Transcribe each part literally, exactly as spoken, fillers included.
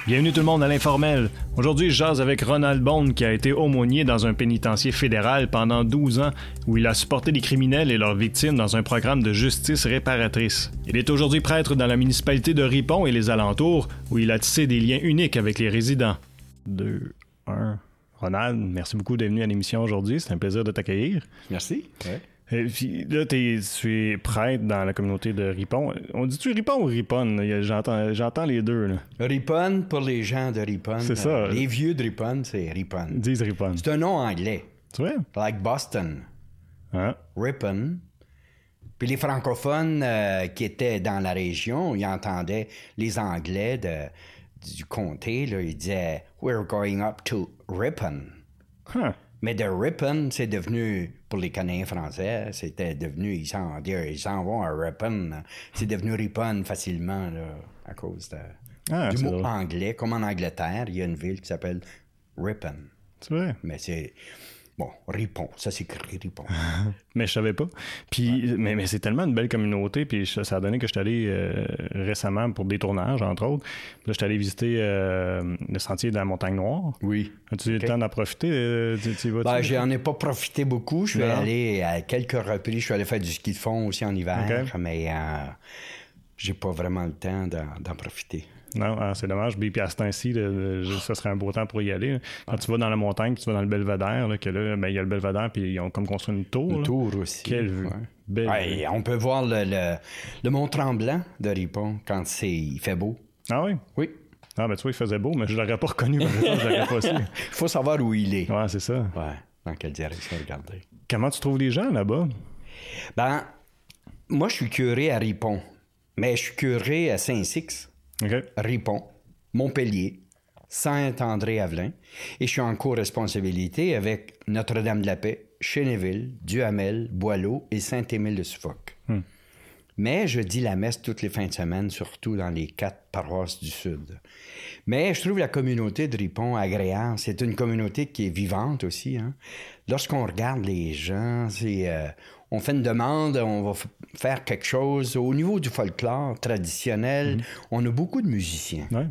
Bienvenue tout le monde à l'Informel. Aujourd'hui, je jase avec Ronald Bone qui a été aumônier dans un pénitencier fédéral pendant douze ans où il a supporté les criminels et leurs victimes dans un programme de justice réparatrice. Il est aujourd'hui prêtre dans la municipalité de Ripon et les alentours où il a tissé des liens uniques avec les résidents. deux, un. Ronald, merci beaucoup d'être venu à l'émission aujourd'hui. C'est un plaisir de t'accueillir. Merci. Ouais. Et puis là, t'es, tu es prêtre dans la communauté de Ripon. On dit-tu Ripon ou Ripon? J'entends, j'entends les deux. Là. Ripon, pour les gens de Ripon. C'est ça. Euh, les vieux de Ripon, c'est Ripon. Ils disent Ripon. C'est un nom anglais. Tu vois? Like Boston. Hein? Ripon. Puis les francophones euh, qui étaient dans la région, ils entendaient les Anglais de, du comté, là, ils disaient « We're going up to Ripon Huh. ». Mais de Ripon, c'est devenu, pour les Canadiens français, c'était devenu, ils s'en, ils s'en vont à Ripon. C'est devenu Ripon facilement, là, à cause de, Ah, du mot drôle. anglais. Comme en Angleterre, il y a une ville qui s'appelle Ripon. Tu vois? Mais c'est, bon, Ripon, ça s'écrit Ripon. Mais je savais pas. Puis, ouais. mais, mais c'est tellement une belle communauté. Puis ça, ça a donné que je suis allé euh, récemment pour des tournages, entre autres. Puis là, je suis allé visiter euh, le sentier de la Montagne Noire. Oui. As-tu eu okay. le temps d'en profiter? Euh, tu, tu ben, j'en ai pas profité beaucoup. Je suis non. allé à quelques reprises. Je suis allé faire du ski de fond aussi en hiver. Okay. Mais euh, j'ai pas vraiment le temps d'en, d'en profiter. Non, ah, c'est dommage. Puis à ce temps-ci, là, ça serait un beau temps pour y aller. Là. Quand tu vas dans la montagne, puis tu vas dans le belvédère, là, que là, ben, il y a le belvédère, puis ils ont comme construit une tour. Une là. tour aussi. Quelle vue. Ouais. Belle ouais, vue. On peut voir le, le, le Mont-Tremblant de Ripon quand c'est, il fait beau. Ah oui? Oui. Ah, ben tu vois, il faisait beau, mais je l'aurais pas reconnu. Par exemple, je l'aurais pas su. Il faut savoir où il est. Ouais, c'est ça. Ouais. Dans quelle direction regarder. Comment tu trouves les gens là-bas? Ben, moi, je suis curé à Ripon, mais je suis curé à Saint-Six, okay. Ripon, Montpellier, Saint-André-Avelin, et je suis en co-responsabilité avec Notre-Dame-de-la-Paix, Chénéville, Duhamel, Boileau et Saint-Émile-de-Suffolk. Hmm. Mais je dis la messe toutes les fins de semaine, surtout dans les quatre paroisses du Sud. Mais je trouve la communauté de Ripon agréable. C'est une communauté qui est vivante aussi. Hein? Lorsqu'on regarde les gens, c'est, euh, on fait une demande, on va f- faire quelque chose. Au niveau du folklore traditionnel, mmh. on a beaucoup de musiciens. Ouais.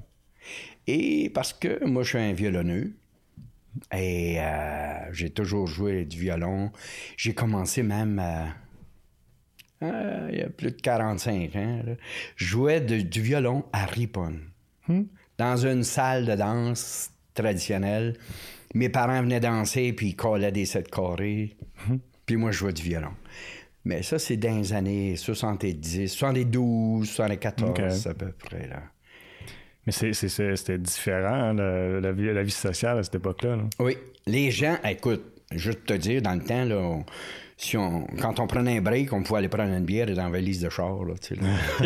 Et parce que moi, je suis un violonneux, et euh, j'ai toujours joué du violon. J'ai commencé même... Euh, Euh, il y a plus de quarante-cinq ans, là, je jouais de, du violon à Ripon, hmm. dans une salle de danse traditionnelle. Mes parents venaient danser, puis ils collaient des sept carrés, hmm. puis moi, je jouais du violon. Mais ça, c'est dans les années soixante-dix, soixante-douze, soixante-quatorze, okay. à peu près, là. Mais c'est, c'est, c'est, c'était différent, la, la, vie, la vie sociale à cette époque-là. Là. Oui. Les gens, écoute, juste te dire, dans le temps, là... On, Si on, quand on prenait un break, on pouvait aller prendre une bière dans la valise de char. Là, tu sais,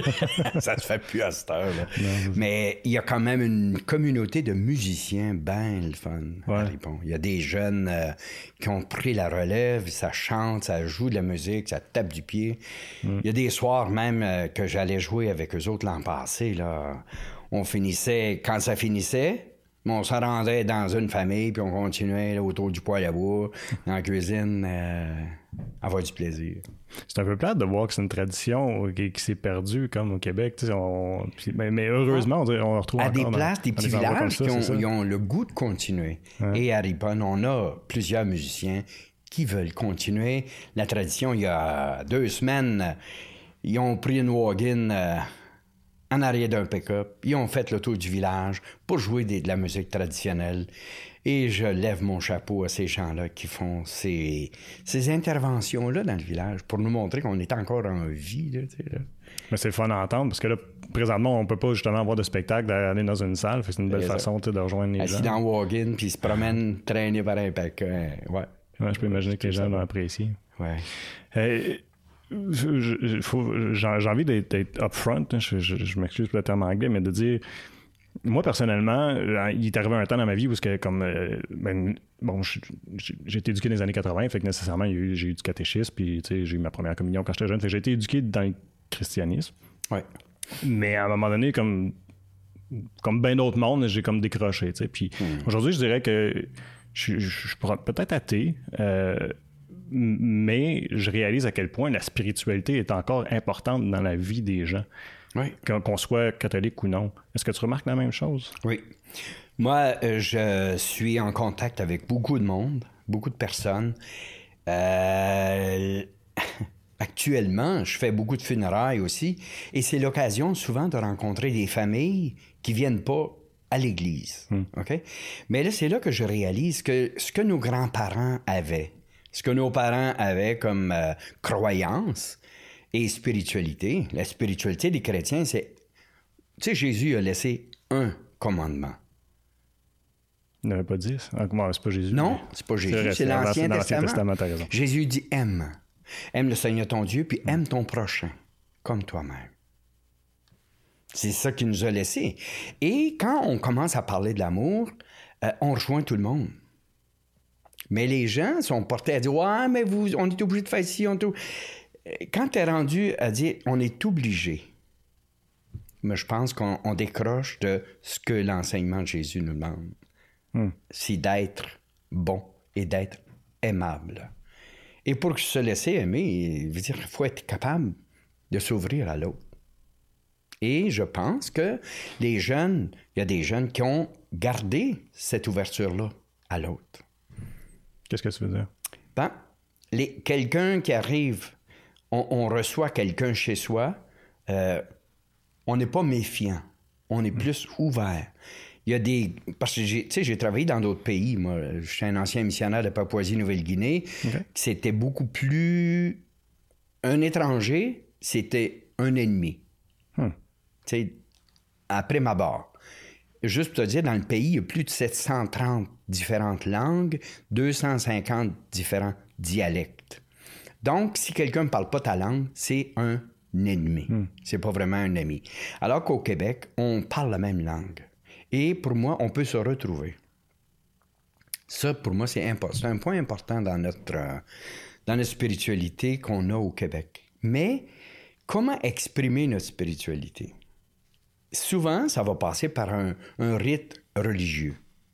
là. Ça se fait plus à cette heure. Là. Non, mais il y a quand même une communauté de musiciens bien le fun ouais. à Ripon. Il y a des jeunes euh, qui ont pris la relève, ça chante, ça joue de la musique, ça tape du pied. Mm. Il y a des soirs même euh, que j'allais jouer avec eux autres l'an passé. Là. On finissait, quand ça finissait... On se rendait dans une famille, puis on continuait là, autour du poêle à bois, dans la cuisine, euh, avoir du plaisir. C'est un peu plate de voir que c'est une tradition qui, qui s'est perdue, comme au Québec. On, mais, mais heureusement, on, on retrouve à encore... des places, dans, des petits des villages ça, qui ont, ils ont le goût de continuer. Ouais. Et à Ripon, on a plusieurs musiciens qui veulent continuer la tradition. Il y a deux semaines, ils ont pris une wagon... Euh, en arrière d'un pick-up, ils ont fait le tour du village pour jouer des, de la musique traditionnelle. Et je lève mon chapeau à ces gens-là qui font ces, ces interventions-là dans le village pour nous montrer qu'on est encore en vie. Là, tu sais, là. Mais c'est le fun à entendre parce que là, présentement, on peut pas justement avoir de spectacle d'aller dans une salle. Fait que c'est une belle Exact. façon de rejoindre les Assis gens. Assis dans Wagon, puis ils se promènent traînés par un pick-up. Ouais. ouais, je peux imaginer que les gens l'ont apprécié. Ouais. Euh, Je, je, faut, j'ai, j'ai envie d'être, d'être upfront, hein, je, je, je m'excuse pour le terme anglais, mais de dire, moi personnellement, il est arrivé un temps dans ma vie où que, comme, euh, ben, bon, je, j'ai été éduqué dans les années quatre-vingts, fait que nécessairement, j'ai eu, j'ai eu du catéchisme, puis j'ai eu ma première communion quand j'étais jeune, fait que j'ai été éduqué dans le christianisme. Ouais. Mais à un moment donné, comme, comme bien d'autres mondes, j'ai comme décroché, tu sais. Puis mm. aujourd'hui, je dirais que je, je, je suis peut-être athée, euh, mais je réalise à quel point la spiritualité est encore importante dans la vie des gens. Oui. Qu'on soit catholique ou non. Est-ce que tu remarques la même chose? Oui. Moi, euh, je suis en contact avec beaucoup de monde, beaucoup de personnes. Euh, actuellement, je fais beaucoup de funérailles aussi, et c'est l'occasion souvent de rencontrer des familles qui viennent pas à l'église. Hmm. OK? Mais là, c'est là que je réalise que ce que nos grands-parents avaient, ce que nos parents avaient comme euh, croyance et spiritualité, la spiritualité des chrétiens, c'est... Tu sais, Jésus a laissé un commandement. Il n'avait pas dit ça. Ah, comment, c'est pas Jésus. Non, mais... c'est pas Jésus, c'est, c'est, c'est l'Ancien, l'Ancien Testament. Testament, t'as raison. Jésus dit « aime ». Aime le Seigneur ton Dieu, puis aime ton prochain, comme toi-même. C'est ça qu'il nous a laissé. Et quand on commence à parler de l'amour, euh, on rejoint tout le monde. Mais les gens sont portés à dire « ouais, mais vous, on est obligé de faire ci, on est... » Quand tu es rendu à dire « on est obligé », mais je pense qu'on on décroche de ce que l'enseignement de Jésus nous demande. Hmm. C'est d'être bon et d'être aimable. Et pour se laisser aimer, il veut dire qu'il faut être capable de s'ouvrir à l'autre. Et je pense que les jeunes, il y a des jeunes qui ont gardé cette ouverture-là à l'autre. Qu'est-ce que tu veux dire? Ben, les, quelqu'un qui arrive, on, on reçoit quelqu'un chez soi, euh, on n'est pas méfiant, on est mmh. plus ouvert. Il y a des... Parce que j'ai, tu sais, j'ai travaillé dans d'autres pays, moi. Je suis un ancien missionnaire de Papouasie-Nouvelle-Guinée. Okay. C'était beaucoup plus... Un étranger, c'était un ennemi. Hmm. Tu sais, après ma barre. Juste pour te dire, dans le pays, il y a plus de sept cent trente différentes langues, deux cent cinquante différents dialectes. Donc, si quelqu'un ne parle pas ta langue, c'est un ennemi. Hmm. C'est pas vraiment un ami. Alors qu'au Québec, on parle la même langue. Et pour moi, on peut se retrouver. Ça, pour moi, c'est important. C'est un point important dans notre, euh, dans notre spiritualité qu'on a au Québec. Mais comment exprimer notre spiritualité? Souvent, ça va passer par un, un rite religieux.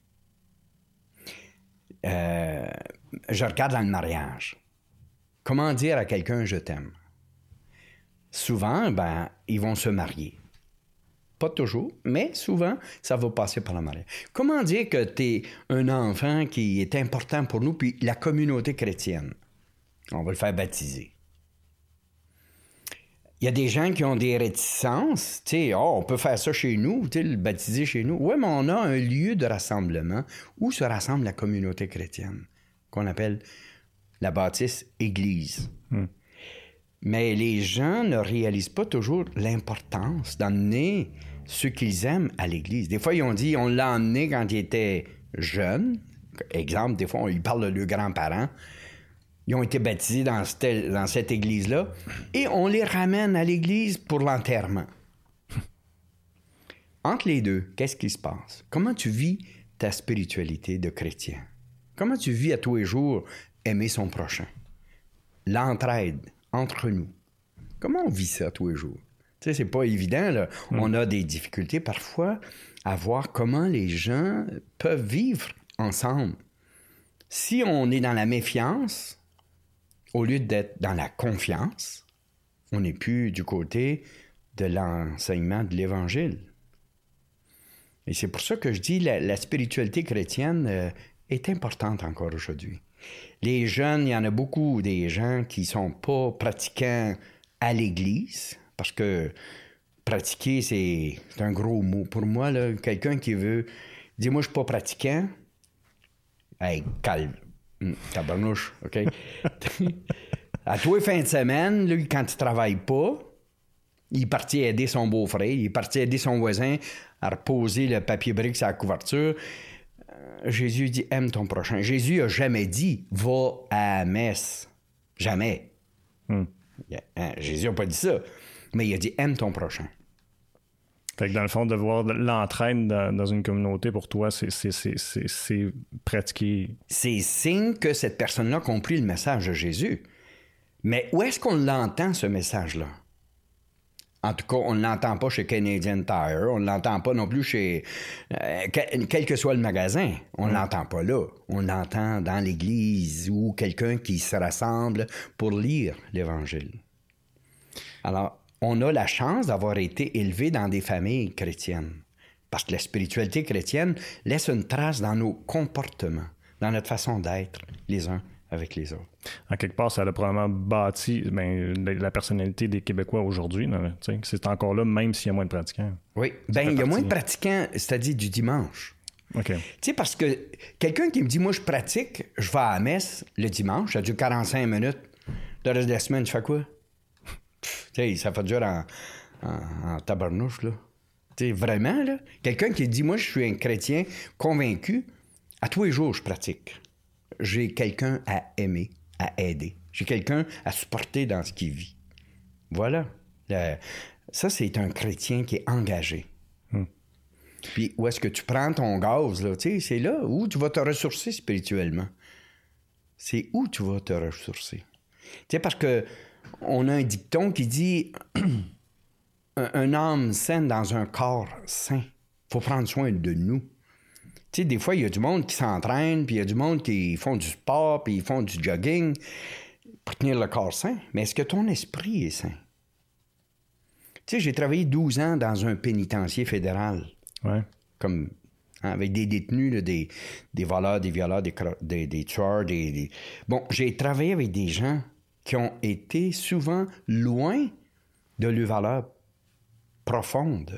Euh, je regarde dans le mariage. Comment dire à quelqu'un « je t'aime » ? Souvent, ben, ils vont se marier. Pas toujours, mais souvent, ça va passer par le mariage. Comment dire que tu es un enfant qui est important pour nous, puis la communauté chrétienne? On va le faire baptiser. Il y a des gens qui ont des réticences. Tu sais, oh, on peut faire ça chez nous, tu sais, le baptiser chez nous. Oui, mais on a un lieu de rassemblement où se rassemble la communauté chrétienne, qu'on appelle la bâtisse église. Hmm. Mais les gens ne réalisent pas toujours l'importance d'emmener ceux qu'ils aiment à l'église. Des fois, ils ont dit, on l'a emmené quand il était jeune. Exemple, des fois, on lui parle de leurs grands-parents. Ils ont été baptisés dans cette, dans cette église-là. Et on les ramène à l'église pour l'enterrement. Entre les deux, qu'est-ce qui se passe? Comment tu vis ta spiritualité de chrétien? Comment tu vis à tous les jours aimer son prochain? L'entraide entre nous. Comment on vit ça tous les jours? Tu sais, c'est pas évident, là. Mm. On a des difficultés parfois à voir comment les gens peuvent vivre ensemble. Si on est dans la méfiance, au lieu d'être dans la confiance, on n'est plus du côté de l'enseignement de l'Évangile. Et c'est pour ça que je dis la, la spiritualité chrétienne euh, est importante encore aujourd'hui. Les jeunes, il y en a beaucoup des gens qui ne sont pas pratiquants à l'Église, parce que pratiquer, c'est, c'est un gros mot. Pour moi, là, quelqu'un qui veut dire « moi, je ne suis pas pratiquant », hey, calme, tabarnouche, OK? À toi, fin de semaine, lui, quand il ne travaille pas, il est parti aider son beau-frère, il est parti aider son voisin à reposer le papier brique sur la couverture. Jésus dit « aime ton prochain ». Jésus n'a jamais dit « va à la messe ». Jamais. Hmm. Hein, Jésus n'a pas dit ça. Mais il a dit « aime ton prochain ». Fait que dans le fond, de voir l'entraîne dans, dans une communauté, pour toi, c'est, c'est, c'est, c'est, c'est pratiquer... C'est signe que cette personne-là a compris le message de Jésus. Mais où est-ce qu'on l'entend, ce message-là? En tout cas, on ne l'entend pas chez Canadian Tire, on ne l'entend pas non plus chez... Euh, quel, quel que soit le magasin, on ne mmh. l'entend pas là. On l'entend dans l'église ou quelqu'un qui se rassemble pour lire l'Évangile. Alors, on a la chance d'avoir été élevé dans des familles chrétiennes. Parce que la spiritualité chrétienne laisse une trace dans nos comportements, dans notre façon d'être les uns avec les autres. En quelque part, ça a probablement bâti ben, la personnalité des Québécois aujourd'hui. Là, c'est encore là, même s'il y a moins de pratiquants. Oui, bien, il y a moins de pratiquants, c'est-à-dire du dimanche. OK. Tu sais, parce que quelqu'un qui me dit, moi, je pratique, je vais à la messe le dimanche, ça dure quarante-cinq minutes. Le reste de la semaine, je fais quoi? Tu sais, ça fait dur en, en, en tabarnouche, là. Tu sais, vraiment, là. Quelqu'un qui dit, moi, je suis un chrétien convaincu, à tous les jours, je pratique. J'ai quelqu'un à aimer, à aider. J'ai quelqu'un à supporter dans ce qu'il vit. Voilà. Le, ça, c'est un chrétien qui est engagé. Hmm. Puis où est-ce que tu prends ton gaz, là? Tu sais, c'est là où tu vas te ressourcer spirituellement. C'est où tu vas te ressourcer. Tu sais, parce que on a un dicton qui dit un, un âme saine dans un corps sain. Il faut prendre soin de nous. Tu sais, des fois, il y a du monde qui s'entraîne, puis il y a du monde qui font du sport, puis ils font du jogging pour tenir le corps sain. Mais est-ce que ton esprit est sain? Tu sais, j'ai travaillé douze ans dans un pénitencier fédéral. Ouais. Comme hein, avec des détenus, là, des, des voleurs, des violeurs, des, des, des tueurs, des, des... Bon, j'ai travaillé avec des gens qui ont été souvent loin de leurs valeurs profondes,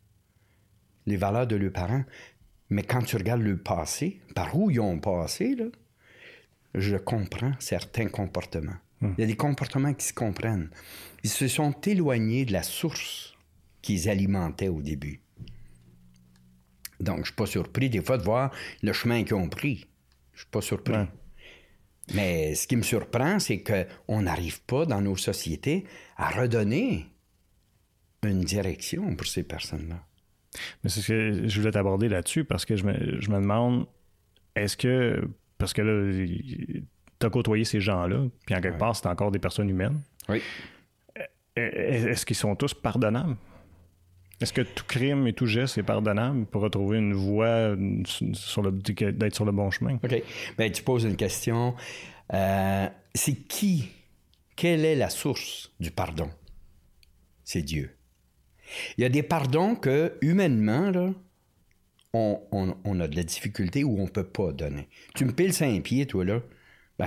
les valeurs de leurs parents. Mais quand tu regardes le passé, par où ils ont passé, là, je comprends certains comportements. Hum. Il y a des comportements qui se comprennent. Ils se sont éloignés de la source qu'ils alimentaient au début. Donc, je ne suis pas surpris des fois de voir le chemin qu'ils ont pris. Je ne suis pas surpris. Ouais. Mais ce qui me surprend, c'est qu'on n'arrive pas dans nos sociétés à redonner une direction pour ces personnes-là. Mais c'est ce que je voulais t'aborder là-dessus parce que je me, je me demande, est-ce que, parce que là, tu as côtoyé ces gens-là, puis en quelque ouais. part, c'est encore des personnes humaines. Oui. Est-ce qu'ils sont tous pardonnables? Est-ce que tout crime et tout geste est pardonnable pour retrouver une voie sur le, d'être sur le bon chemin? OK. Bien, tu poses une question. Euh, c'est qui? Quelle est la source du pardon? C'est Dieu. Il y a des pardons que, humainement, là, on, on, on a de la difficulté ou on ne peut pas donner. Tu me piles cinq pieds, toi, là. Ben,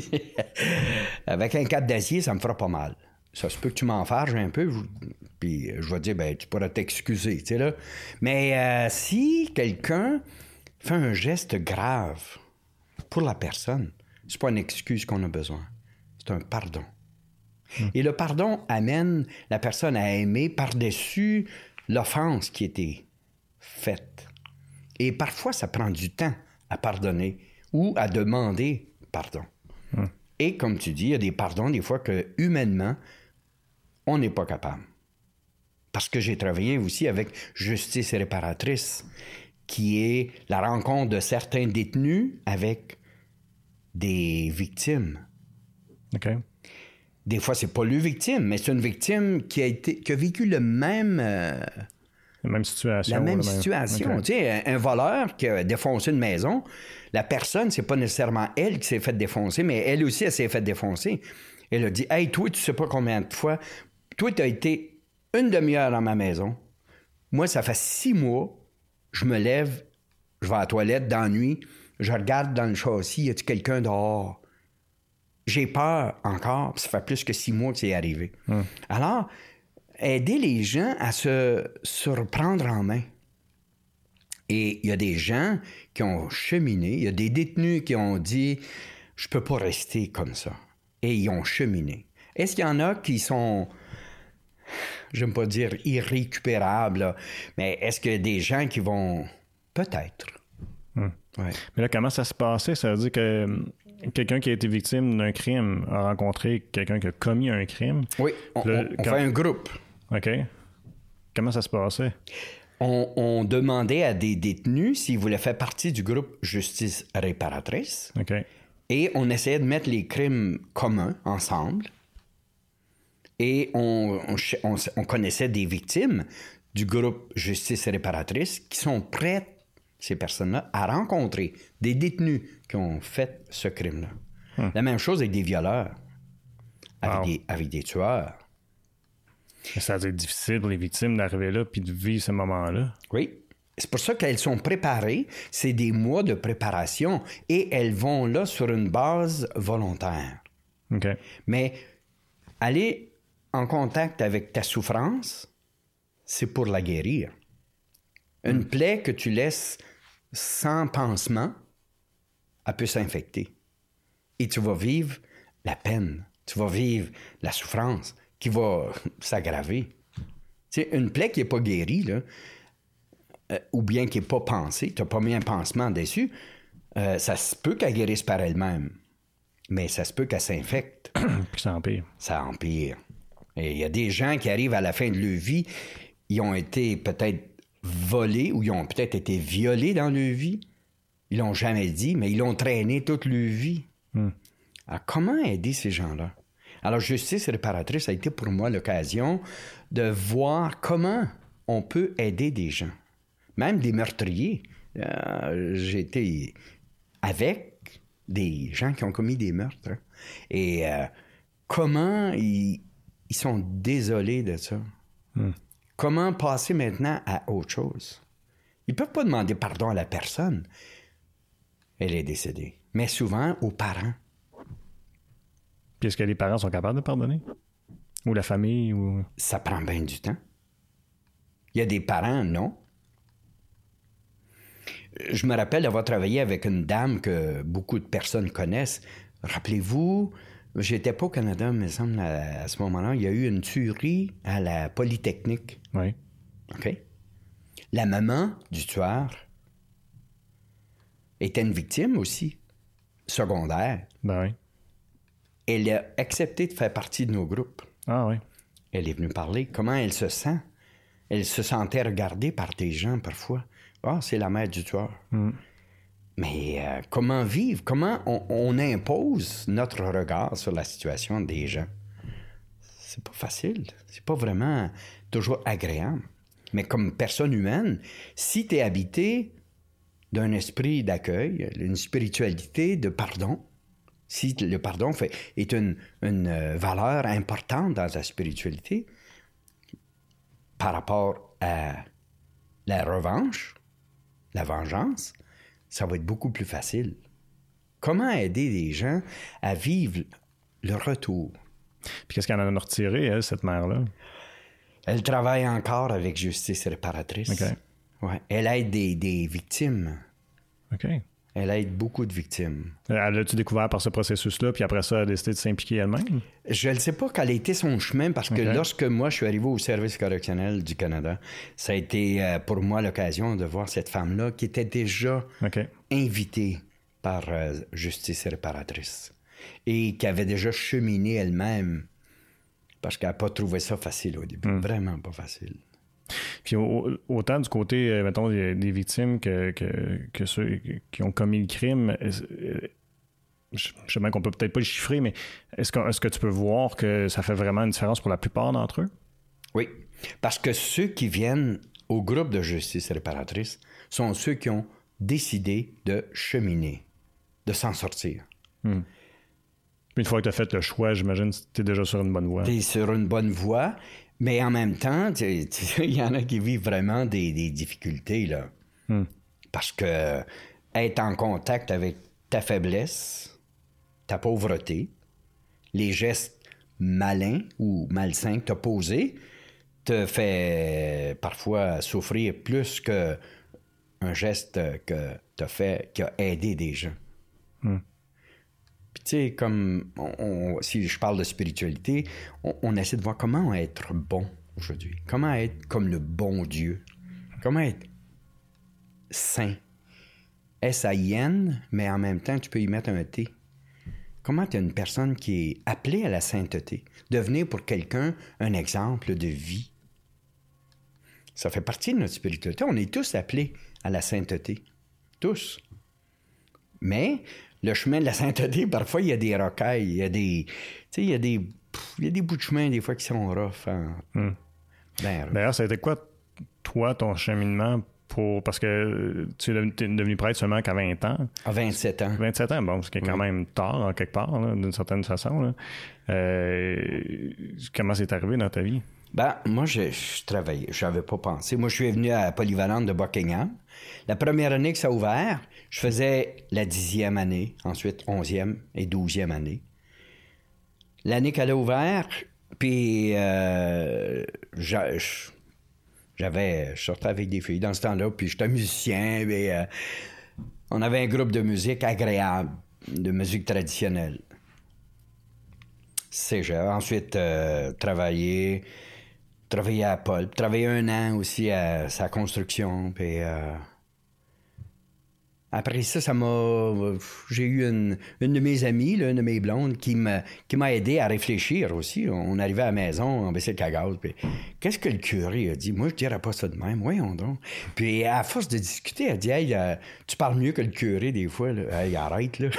avec un cadre d'acier, ça me fera pas mal. Ça se peut que tu m'enfarges un peu, puis je vais te dire, ben, tu pourras t'excuser, tu sais, là. Mais euh, si quelqu'un fait un geste grave pour la personne, c'est pas une excuse qu'on a besoin. C'est un pardon. Hum. Et le pardon amène la personne à aimer par-dessus l'offense qui était faite. Et parfois, ça prend du temps à pardonner ou à demander pardon. Hum. Et comme tu dis, il y a des pardons des fois que, humainement, on n'est pas capable. Parce que j'ai travaillé aussi avec Justice réparatrice, qui est la rencontre de certains détenus avec des victimes. OK. Des fois, c'est pas le victime, mais c'est une victime qui a été qui a vécu le même... Euh, la même situation. La même même... situation. Okay. Tu sais, un, un voleur qui a défoncé une maison, la personne, c'est pas nécessairement elle qui s'est fait défoncer, mais elle aussi, elle s'est fait défoncer. Elle a dit, « Hey, toi, tu sais pas combien de fois... Toi, tu as été une demi-heure dans ma maison. Moi, ça fait six mois, je me lève, je vais à la toilette dans la nuit, je regarde dans le châssis, y a-t-il quelqu'un dehors? J'ai peur encore, ça fait plus que six mois que c'est arrivé. Hum. Alors, aider les gens à se, se reprendre en main. Et il y a des gens qui ont cheminé, il y a des détenus qui ont dit, je peux pas rester comme ça. Et ils ont cheminé. Est-ce qu'il y en a qui sont... j'aime pas dire irrécupérables, là, mais est-ce qu'il y a des gens qui vont... Peut-être. Hum. Ouais. Mais là, comment ça se passait? Ça veut dire que quelqu'un qui a été victime d'un crime a rencontré quelqu'un qui a commis un crime? Oui, on, là, on, on quand... fait un groupe. OK. Comment ça se passait? On, on demandait à des détenus s'ils voulaient faire partie du groupe Justice réparatrice. OK. Et on essayait de mettre les crimes communs ensemble. Et on, on, on, on connaissait des victimes du groupe Justice réparatrice qui sont prêtes, ces personnes-là, à rencontrer des détenus qui ont fait ce crime-là. Hum. La même chose avec des violeurs, avec, wow. des, avec des tueurs. Ça doit être difficile pour les victimes d'arriver là puis de vivre ce moment-là. Oui. C'est pour ça qu'elles sont préparées. C'est des mois de préparation et elles vont là sur une base volontaire. OK. Mais aller en contact avec ta souffrance, c'est pour la guérir. Une mm. plaie que tu laisses sans pansement, elle peut s'infecter. Et tu vas vivre la peine. Tu vas vivre la souffrance qui va s'aggraver. Tu sais, une plaie qui n'est pas guérie, là, euh, ou bien qui n'est pas pansée, tu n'as pas mis un pansement dessus, euh, ça se peut qu'elle guérisse par elle-même. Mais ça se peut qu'elle s'infecte. Puis ça empire. Ça empire. Et il y a des gens qui arrivent à la fin de leur vie, ils ont été peut-être volés ou ils ont peut-être été violés dans leur vie. Ils l'ont jamais dit, mais ils l'ont traîné toute leur vie. Mm. Alors, comment aider ces gens-là? Alors, Justice réparatrice a été pour moi l'occasion de voir comment on peut aider des gens. Même des meurtriers. Euh, j'ai été avec des gens qui ont commis des meurtres. Hein. Et euh, comment ils, ils sont désolés de ça. Mm. Comment passer maintenant à autre chose? Ils ne peuvent pas demander pardon à la personne. Elle est décédée. Mais souvent aux parents. Puis est-ce que les parents sont capables de pardonner? Ou la famille? Ou... Ça prend bien du temps. Il y a des parents, non. Je me rappelle d'avoir travaillé avec une dame que beaucoup de personnes connaissent. Rappelez-vous, j'étais pas au Canada, mais il me semble, à, à ce moment-là, il y a eu une tuerie à la Polytechnique. Oui. OK? La maman du tueur était une victime aussi, secondaire. Ben oui. Elle a accepté de faire partie de nos groupes. Ah oui. Elle est venue parler. Comment elle se sent? Elle se sentait regardée par des gens parfois. Ah, c'est la mère du tueur. Mm. Mais euh, comment vivre? Comment on, on impose notre regard sur la situation des gens? C'est pas facile. C'est pas vraiment toujours agréable. Mais comme personne humaine, si tu es habité d'un esprit d'accueil, une spiritualité de pardon, si le pardon fait, est une, une valeur importante dans ta spiritualité par rapport à la revanche, la vengeance, ça va être beaucoup plus facile. Comment aider les gens à vivre le retour? Puis qu'est-ce qu'elle en a retiré, elle, cette mère-là? Elle travaille encore avec Justice réparatrice. OK. Ouais. Elle aide des, des victimes. OK. Elle aide beaucoup de victimes. Elle l'a-tu découvert par ce processus-là, puis après ça, elle a décidé de s'impliquer elle-même? Je ne sais pas quel a été son chemin, parce que okay. lorsque moi, je suis arrivé au Service correctionnel du Canada, ça a été euh, pour moi l'occasion de voir cette femme-là qui était déjà okay. invitée par euh, Justice réparatrice et qui avait déjà cheminé elle-même parce qu'elle n'a pas trouvé ça facile au début. Mm. Vraiment pas facile. Puis au, autant du côté, euh, mettons, des, des victimes que, que, que ceux qui ont commis le crime, euh, je, je sais bien qu'on peut peut-être pas le chiffrer, mais est-ce que, est-ce que tu peux voir que ça fait vraiment une différence pour la plupart d'entre eux? Oui, parce que ceux qui viennent au groupe de Justice réparatrice sont ceux qui ont décidé de cheminer, de s'en sortir. Hmm. Une fois que tu as fait le choix, j'imagine que tu es déjà sur une bonne voie. Tu es sur une bonne voie. Mais en même temps, il y en a qui vivent vraiment des, des difficultés, là. Mm. Parce que être en contact avec ta faiblesse, ta pauvreté, les gestes malins ou malsains que tu as posés, te fait parfois souffrir plus qu'un geste que tu as fait qui a aidé des gens. Mm. Puis, tu sais, comme on, on, si je parle de spiritualité, on, on essaie de voir comment être bon aujourd'hui. Comment être comme le bon Dieu. Comment être saint. S A I N, mais en même temps, tu peux y mettre un T. Comment tu es une personne qui est appelée à la sainteté. Devenir pour quelqu'un un exemple de vie. Ça fait partie de notre spiritualité. On est tous appelés à la sainteté. Tous. Mais le chemin de la sainteté, parfois, il y a des rocailles, il y a des... Tu sais, il y a des... Pff, il y a des bouts de chemin, des fois, qui sont rough. Hein? Hmm. Ben, rough. D'ailleurs, ça a été quoi, toi, ton cheminement pour... Parce que tu es devenu, t'es devenu prêtre seulement qu'à vingt ans. À vingt-sept ans. vingt-sept ans, bon, ce qui est quand oui. même tard, en quelque part, là, d'une certaine façon. Là. Euh, comment c'est arrivé dans ta vie? Ben, moi, je, je travaillais. Je n'avais pas pensé. Moi, je suis venu à la Polyvalente de Buckingham. La première année que ça a ouvert, je faisais la dixième année, ensuite onzième et douzième année. L'année qu'elle a ouvert, puis euh, j'avais... Je sortais avec des filles dans ce temps-là, puis j'étais musicien, et euh, on avait un groupe de musique agréable, de musique traditionnelle. C'est, j'ai ensuite euh, travaillé, travaillé à Paul, travaillé un an aussi à sa construction, puis euh, après ça, ça m'a, j'ai eu une, une de mes amies, là, une de mes blondes, qui m'a, qui m'a aidé à réfléchir aussi. On arrivait à la maison, on baissait le cagaz, puis qu'est-ce que le curé a dit? Moi, je dirais pas ça de même, voyons donc. Puis à force de discuter, elle dit, hey, euh, tu parles mieux que le curé des fois, là. Hey, arrête, là.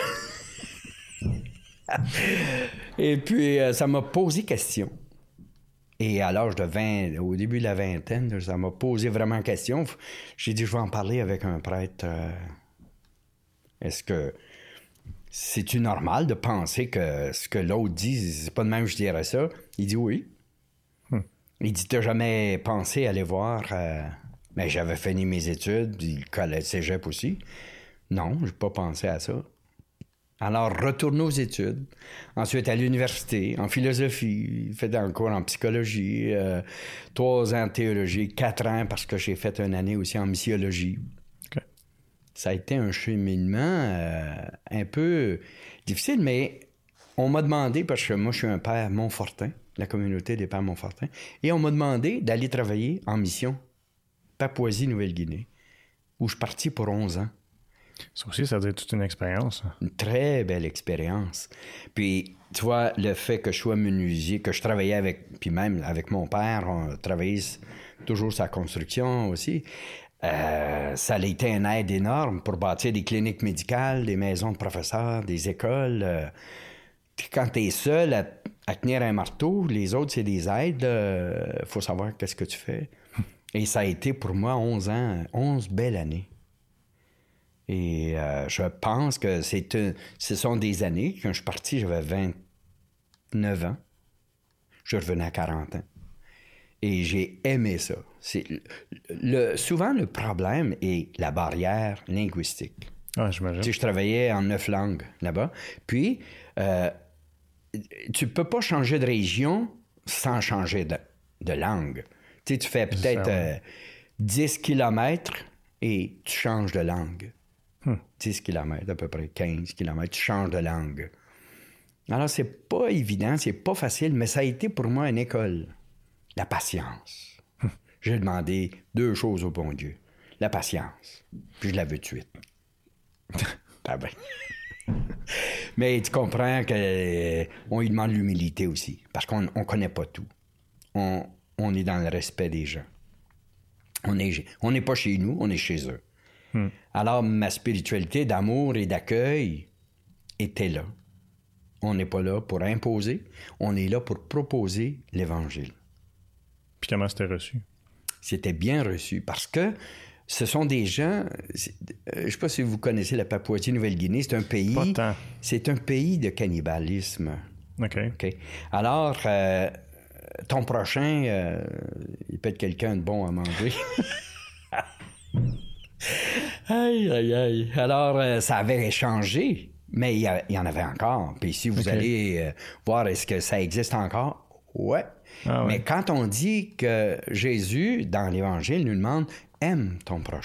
Et puis, euh, ça m'a posé question. Et à l'âge de vingt, au début de la vingtaine, ça m'a posé vraiment question. J'ai dit, je vais en parler avec un prêtre. Euh, est-ce que c'est-tu normal de penser que ce que l'autre dit, c'est pas de même que je dirais ça? Il dit oui. Hmm. Il dit, t'as jamais pensé aller voir... Euh... Mais j'avais fini mes études, puis le collège cégep aussi. Non, j'ai pas pensé à ça. Alors, retourner aux études. Ensuite, à l'université, en philosophie, fait un cours en psychologie, euh, trois ans en théologie, quatre ans parce que j'ai fait une année aussi en missiologie. Okay. Ça a été un cheminement euh, un peu difficile, mais on m'a demandé, parce que moi, je suis un père Montfortin, la communauté des pères Montfortin, et on m'a demandé d'aller travailler en mission Papouasie-Nouvelle-Guinée, où je suis parti pour onze ans. Ça aussi, ça doit être toute une expérience. Une très belle expérience. Puis, tu vois, le fait que je sois menuisier, que je travaillais avec, puis même avec mon père, on travaillait toujours sa construction aussi, euh, ça a été une aide énorme pour bâtir des cliniques médicales, des maisons de professeurs, des écoles. Euh, quand tu es seul à, à tenir un marteau, les autres, c'est des aides. Il euh, faut savoir qu'est-ce que tu fais. Et ça a été pour moi onze ans, onze belles années. Et euh, je pense que c'est un, ce sont des années. Quand je suis parti, j'avais vingt-neuf ans. Je revenais à quarante ans. Et j'ai aimé ça. C'est le, souvent, le problème est la barrière linguistique. Ah, j'imagine. Tu sais, je travaillais en neuf langues là-bas. Puis, euh, tu peux pas changer de région sans changer de, de langue. Tu sais, tu fais peut-être euh, dix kilomètres et tu changes de langue. Hmm. dix kilomètres, à peu près quinze kilomètres, tu changes de langue. Alors, c'est pas évident, c'est pas facile, mais ça a été pour moi une école. La patience. Hmm. J'ai demandé deux choses au bon Dieu. La patience, puis je la veux de suite. Ah ben. Mais tu comprends qu'on euh, lui demande l'humilité aussi, parce qu'on ne connaît pas tout. On, on est dans le respect des gens. On n'est on n'est pas chez nous, on est chez eux. Hmm. Alors, ma spiritualité d'amour et d'accueil était là. On n'est pas là pour imposer, on est là pour proposer l'Évangile. Puis comment c'était reçu? C'était bien reçu parce que ce sont des gens... Je ne sais pas si vous connaissez la Papouasie-Nouvelle-Guinée, c'est un pays... Pas tant. C'est un pays de cannibalisme. OK. OK. Alors, euh, ton prochain, euh, il peut être quelqu'un de bon à manger. Aïe, aïe, aïe. Alors, euh, ça avait changé, mais il y, a, il y en avait encore. Puis si vous okay. allez euh, voir, est-ce que ça existe encore? Ouais. Ah, ouais. Mais quand on dit que Jésus, dans l'Évangile, nous demande « aime ton prochain ».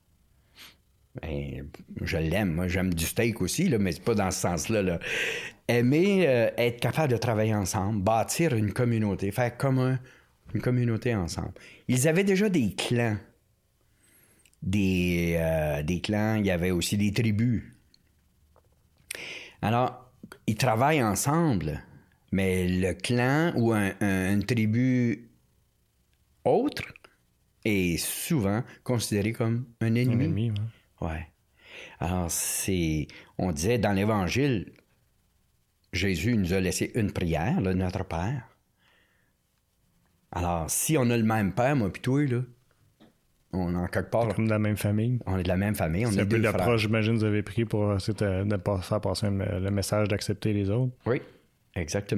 Ben, je l'aime. Moi, j'aime du steak aussi, là, mais c'est pas dans ce sens-là. Là. Aimer, euh, être capable de travailler ensemble, bâtir une communauté, faire comme un, une communauté ensemble. Ils avaient déjà des clans. Des, euh, des clans, il y avait aussi des tribus. Alors, ils travaillent ensemble, mais le clan ou un, un, une tribu autre est souvent considéré comme un ennemi. Un ennemi, ouais. Ouais. Alors, c'est... On disait dans l'Évangile, Jésus nous a laissé une prière, là, notre Père. Alors, si on a le même Père, moi pis toi, là, on est en quelque part... Comme de la même famille. On est de la même famille. On c'est est un peu des l'approche, j'imagine, que vous avez pris pour essayer de, de faire passer un, le message d'accepter les autres. Oui, exactement.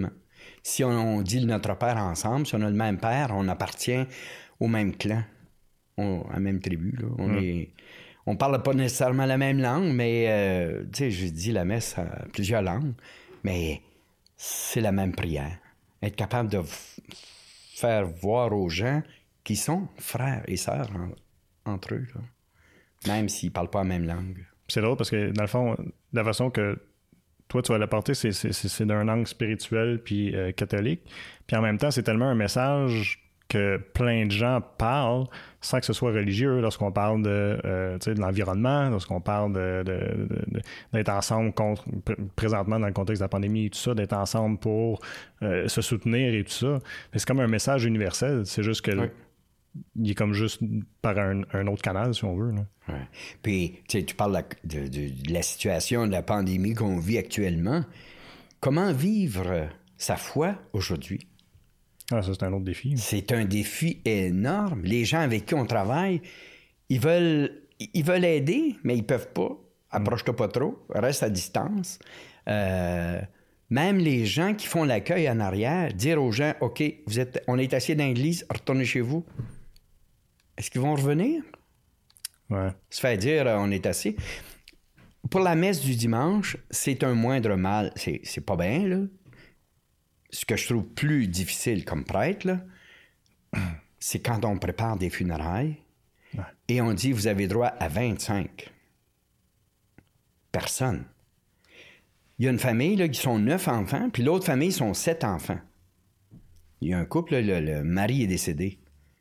Si on, on dit notre Père ensemble, si on a le même Père, on appartient au même clan, on, à la même tribu. Là. On mm. est, on parle pas nécessairement la même langue, mais euh, tu sais, je dis la messe à plusieurs langues, mais c'est la même prière. Être capable de f- faire voir aux gens qui sont frères et sœurs en, entre eux, là. Même s'ils parlent pas la même langue. C'est drôle parce que, dans le fond, la façon que toi, tu vas l'apporter, c'est, c'est, c'est d'un angle spirituel puis euh, catholique. Puis en même temps, c'est tellement un message que plein de gens parlent sans que ce soit religieux lorsqu'on parle de, euh, tu sais, de l'environnement, lorsqu'on parle de, de, de, de, d'être ensemble contre, présentement dans le contexte de la pandémie et tout ça, d'être ensemble pour euh, se soutenir et tout ça. Mais c'est comme un message universel. C'est juste que... Oui. Il est comme juste par un, un autre canal, si on veut. Là. Ouais. Puis, tu sais, tu parles de, de, de la situation de la pandémie qu'on vit actuellement. Comment vivre sa foi aujourd'hui? Ah, ça, c'est un autre défi. C'est un défi énorme. Les gens avec qui on travaille, ils veulent, ils veulent aider, mais ils peuvent pas. Approche-toi pas trop, reste à distance. Euh, même les gens qui font l'accueil en arrière, dire aux gens, OK, vous êtes, on est assis dans l'église, retournez chez vous. Est-ce qu'ils vont revenir? Ouais. Se faire dire, on est assis. Pour la messe du dimanche, c'est un moindre mal. C'est, c'est pas bien, là. Ce que je trouve plus difficile comme prêtre, là, c'est quand on prépare des funérailles ouais. et on dit, vous avez droit à vingt-cinq personnes. Il y a une famille là, qui sont neuf enfants, puis l'autre famille sont sept enfants. Il y a un couple, là, le, le mari est décédé.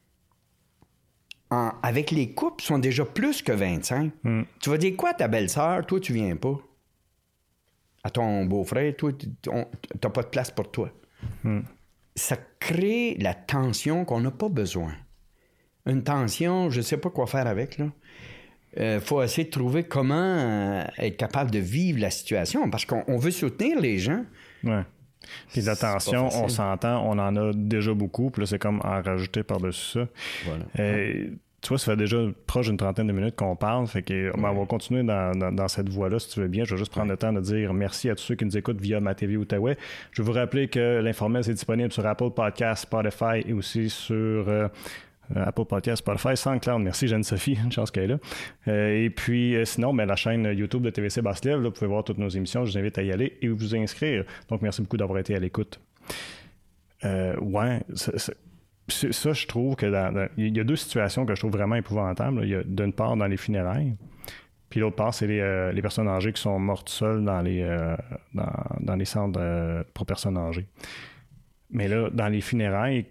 En, avec les couples, ils sont déjà plus que vingt-cinq. Mm. Tu vas dire quoi à ta belle-sœur? Toi, tu viens pas. À ton beau-frère, toi, tu n'as pas de place pour toi. Mm. Ça crée la tension qu'on n'a pas besoin. Une tension, je ne sais pas quoi faire avec, là. Il euh, faut essayer de trouver comment euh, être capable de vivre la situation, parce qu'on on veut soutenir les gens. Ouais. Puis l'attention, on s'entend, on en a déjà beaucoup, puis là, c'est comme en rajouter par-dessus ça. Voilà. Euh, tu vois, ça fait déjà proche d'une trentaine de minutes qu'on parle, fait que ouais. on va continuer dans, dans, dans cette voie-là, si tu veux bien. Je vais juste prendre ouais. le temps de dire merci à tous ceux qui nous écoutent via Ma T V Outaouais. Je vais vous rappeler que l'informel, c'est disponible sur Apple Podcasts, Spotify et aussi sur... Euh, Euh, Apple Podcast, Spotify, SoundCloud. Merci Jeanne-Sophie, une chance qu'elle est là. Euh, et puis euh, sinon, ben, la chaîne YouTube de T V C Basse-Lièvre, là, vous pouvez voir toutes nos émissions. Je vous invite à y aller et vous inscrire. Donc, merci beaucoup d'avoir été à l'écoute. Euh, ouais, c'est, c'est, c'est, ça, je trouve que dans, dans, il y a deux situations que je trouve vraiment épouvantables. Là. Il y a d'une part dans les funérailles, puis l'autre part, c'est les, euh, les personnes âgées qui sont mortes seules dans les, euh, dans, dans les centres euh, pour personnes âgées. Mais là, dans les funérailles,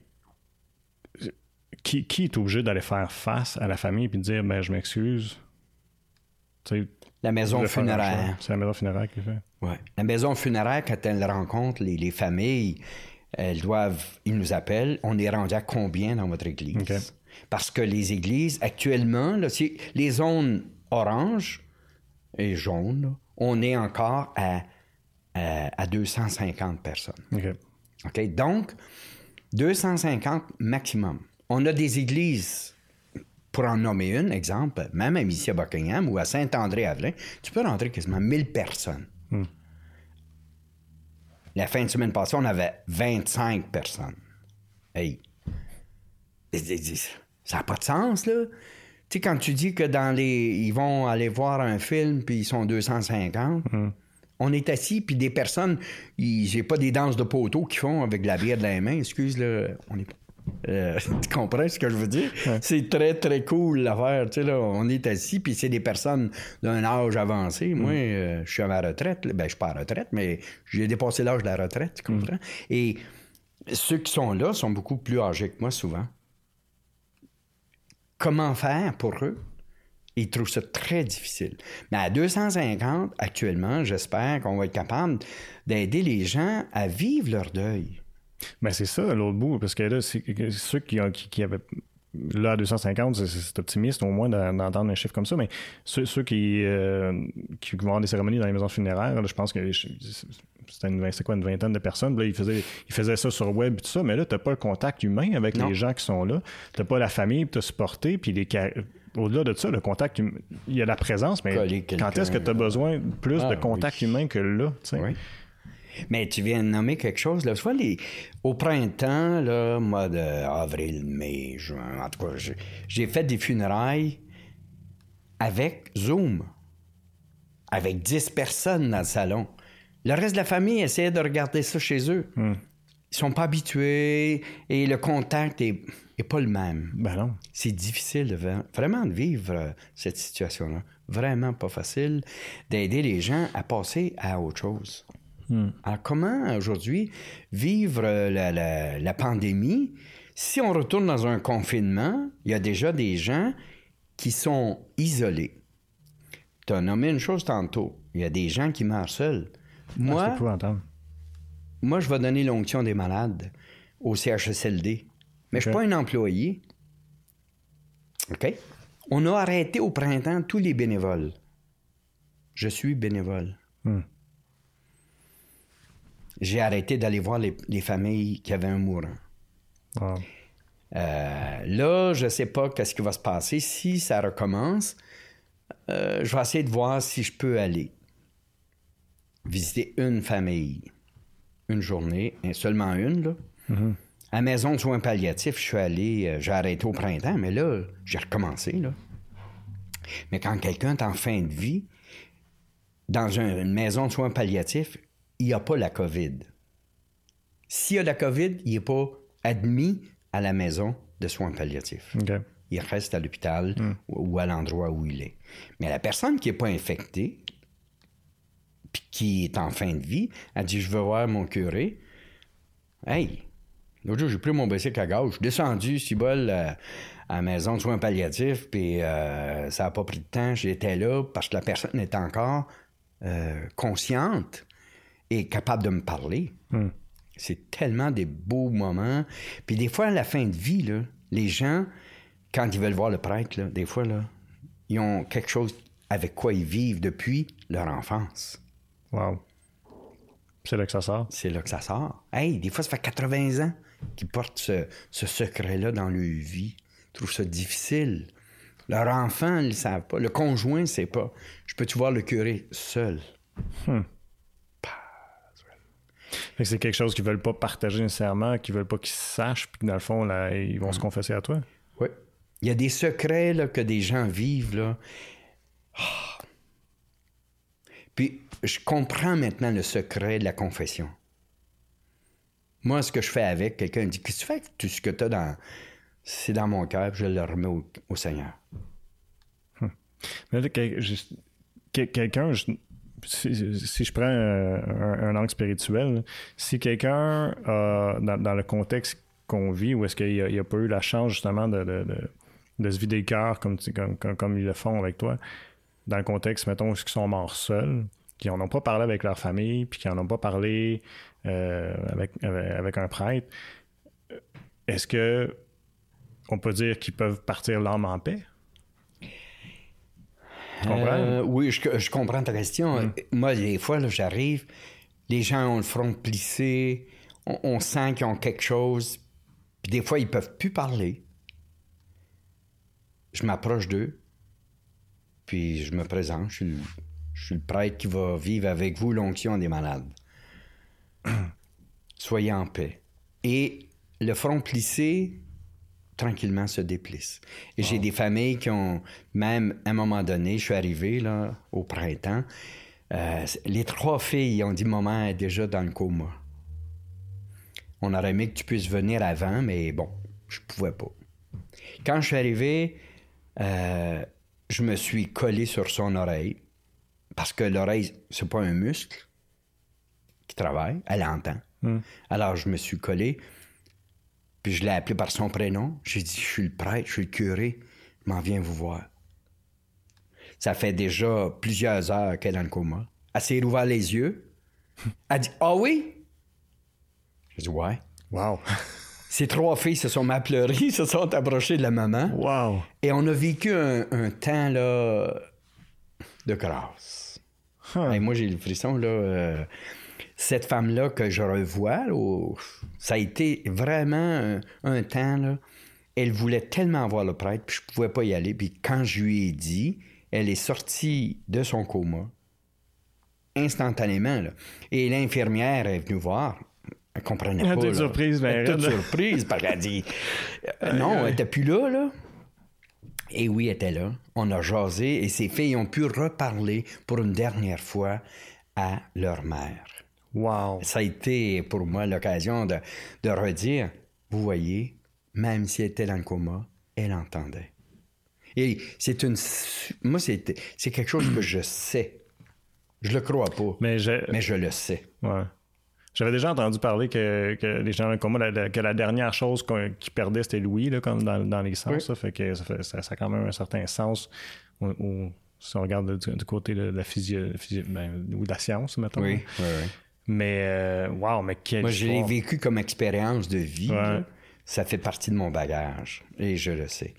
Qui, qui est obligé d'aller faire face à la famille et de dire ben, je m'excuse? T'sais, la maison funéraire. C'est la maison funéraire qui fait. Ouais. La maison funéraire, quand elle rencontre les, les familles, elles doivent, ils nous appellent. On est rendu à combien dans votre église? Okay. Parce que les églises, actuellement, là, c'est les zones orange et jaune, là, on est encore à, à, à deux cent cinquante personnes. Okay. OK? Donc, deux cent cinquante maximum. On a des églises, pour en nommer une, exemple, même à ici à Buckingham ou à Saint-André-Avelin, tu peux rentrer quasiment mille personnes. Hmm. La fin de semaine passée, on avait vingt-cinq personnes. Hey! Ça n'a pas de sens, là. Tu sais, quand tu dis que dans les... ils vont aller voir un film, puis ils sont deux cent cinquante... Hmm. On est assis, puis des personnes... Ils... J'ai pas des danses de poteau qu'ils font avec de la bière de la main. Excuse, là. On est... Euh, tu comprends ce que je veux dire? Ouais. C'est très, très cool l'affaire. Tu sais, là, on est assis, puis c'est des personnes d'un âge avancé. Moi, mm. euh, je suis à ma retraite. Ben, je suis pas à la retraite, mais j'ai dépassé l'âge de la retraite, tu comprends? Mm. Et ceux qui sont là sont beaucoup plus âgés que moi, souvent. Comment faire pour eux? Ils trouvent ça très difficile. Mais à deux cent cinquante, actuellement, j'espère qu'on va être capable d'aider les gens à vivre leur deuil. Ben c'est ça, l'autre bout, parce que là, c'est, ceux qui, ont, qui, qui avaient... Là, à deux cent cinquante, c'est, c'est optimiste au moins d'entendre un chiffre comme ça, mais ceux, ceux qui, euh, qui vont avoir des cérémonies dans les maisons funéraires, là, je pense que c'était une, c'est quoi, une vingtaine de personnes, là, ils, faisaient, ils faisaient ça sur web et tout ça, mais là, t'as pas le contact humain avec non. les gens qui sont là, t'as pas la famille pour te supporter, puis les... Au-delà de ça, le contact, hum... il y a la présence, mais quand est-ce que tu as besoin plus ah, de contact oui. humain que là, tu sais? Oui. Mais tu viens de nommer quelque chose, là. Soit les... Au printemps, là, mois d'avril, mai, juin, en tout cas, j'ai, j'ai fait des funérailles avec Zoom. Avec dix personnes dans le salon. Le reste de la famille essayait de regarder ça chez eux. Mm. Ils sont pas habitués et le contact est, est pas le même. Ben non. C'est difficile de, vraiment de vivre euh, cette situation-là. Vraiment pas facile d'aider les gens à passer à autre chose. Mm. Alors, comment aujourd'hui vivre euh, la, la, la pandémie? Si on retourne dans un confinement, il y a déjà des gens qui sont isolés. Tu as nommé une chose tantôt. Il y a des gens qui meurent seuls. Moi, ah, c'est épouvantable. Moi, je vais donner l'onction des malades au C H S L D. Mais okay. Je ne suis pas un employé. OK? On a arrêté au printemps tous les bénévoles. Je suis bénévole. Hmm. J'ai arrêté d'aller voir les, les familles qui avaient un mourant. Wow. Euh, là, je ne sais pas qu'est-ce qui va se passer. Si ça recommence, euh, je vais essayer de voir si je peux aller visiter une famille. Une journée, et seulement une, là. Mm-hmm. À la maison de soins palliatifs, je suis allé, euh, j'ai arrêté au printemps, mais là, j'ai recommencé, là. Mais quand quelqu'un est en fin de vie, dans un, une maison de soins palliatifs, il n'y a pas la COVID. S'il y a la COVID, il n'est pas admis à la maison de soins palliatifs. Okay. Il reste à l'hôpital mm. ou, ou à l'endroit où il est. Mais la personne qui n'est pas infectée, puis qui est en fin de vie, elle dit « Je veux voir mon curé. » Hey! L'autre jour, j'ai pris mon bicycle à gauche, je suis descendu, si bol, à, à la maison de soins palliatifs, puis euh, ça n'a pas pris de temps, j'étais là parce que la personne est encore euh, consciente et capable de me parler. Mm. C'est tellement des beaux moments. Puis des fois, à la fin de vie, là, les gens, quand ils veulent voir le prêtre, là, des fois, là, ils ont quelque chose avec quoi ils vivent depuis leur enfance. Wow. C'est là que ça sort. C'est là que ça sort. Hey, des fois, ça fait quatre-vingts ans qu'ils portent ce, ce secret-là dans leur vie. Ils trouvent ça difficile. Leur enfant, ils ne le savent pas. Le conjoint ne sait pas. Je peux-tu voir le curé seul? Hmm. Fait que c'est quelque chose qu'ils ne veulent pas partager nécessairement, qu'ils ne veulent pas qu'ils sachent, puis que dans le fond, là, ils vont hmm. se confesser à toi. Oui. Il y a des secrets là, que des gens vivent, là. Oh. Puis, je comprends maintenant le secret de la confession. Moi, ce que je fais avec, quelqu'un me dit « Qu'est-ce que tu fais avec tout ce que tu as dans... » C'est dans mon cœur, je le remets au, au Seigneur. Hum. Mais là, quel, je, quel, quelqu'un, je, si, si je prends un, un, un angle spirituel, si quelqu'un, euh, dans, dans le contexte qu'on vit, où est-ce qu'il n'y a, a pas eu la chance justement de, de, de, de se vider le cœur comme, comme, comme, comme ils le font avec toi, dans le contexte, mettons, où ils sont morts seuls, qui n'en ont pas parlé avec leur famille, puis qui n'en ont pas parlé euh, avec, avec, avec un prêtre, est-ce que on peut dire qu'ils peuvent partir l'âme en paix? Tu comprends? Euh, oui, je, je comprends ta question. Mm. Moi, des fois, là, j'arrive, les gens ont le front plissé, on, on sent qu'ils ont quelque chose, puis des fois, ils ne peuvent plus parler. Je m'approche d'eux, puis je me présente, je suis, le, je suis le prêtre qui va vivre avec vous l'onction des malades. Soyez en paix. Et le front plissé, tranquillement se déplisse. Et wow. J'ai des familles qui ont, même à un moment donné, je suis arrivé là, au printemps, euh, les trois filles ont dit « Maman est déjà dans le coma. » On aurait aimé que tu puisses venir avant, mais bon, je pouvais pas. Quand je suis arrivé, euh, je me suis collé sur son oreille, parce que l'oreille, c'est pas un muscle qui travaille, elle entend. Mm. Alors, je me suis collé, puis je l'ai appelé par son prénom. J'ai dit, je suis le prêtre, je suis le curé, je m'en viens vous voir. Ça fait déjà plusieurs heures qu'elle est dans le coma. Elle s'est rouvert les yeux. Elle a dit, ah oui? J'ai dit, ouais. Wow. Ces trois filles se sont mis à pleurer, se sont approchées de la maman. Wow. Et on a vécu un, un temps, là, de grâce. Huh. Et moi, j'ai le frisson, là. Euh, cette femme-là que je revois, là, ça a été vraiment un, un temps, là. Elle voulait tellement voir le prêtre, puis je pouvais pas y aller. Puis quand je lui ai dit, elle est sortie de son coma instantanément. Là. Et l'infirmière est venue voir. Elle comprenait pas. Toute surprise, ben, toute surprise, parce qu'elle dit euh, non, elle n'était plus là, là. Et oui, elle était là. On a jasé et ces filles ont pu reparler pour une dernière fois à leur mère. Wow. Ça a été pour moi l'occasion de, de redire, vous voyez, même si elle était dans le coma, elle entendait. Et c'est une... Moi, c'est, c'est quelque chose que je sais. Je le crois pas, mais je, mais je le sais. Ouais. J'avais déjà entendu parler que, que les gens dans le coma, la, que la dernière chose qu'ils perdaient, c'était l'ouïe, là, comme dans, dans les sens. Oui. Ça fait que ça, fait, ça, ça a quand même un certain sens où, où, si on regarde du, du côté de la physio, physio ben, ou de la science, mettons. Oui, oui, oui. Mais, euh, wow, mais quel Moi, je l'ai vécu comme expérience de vie. Ouais. Ça fait partie de mon bagage, et je le sais.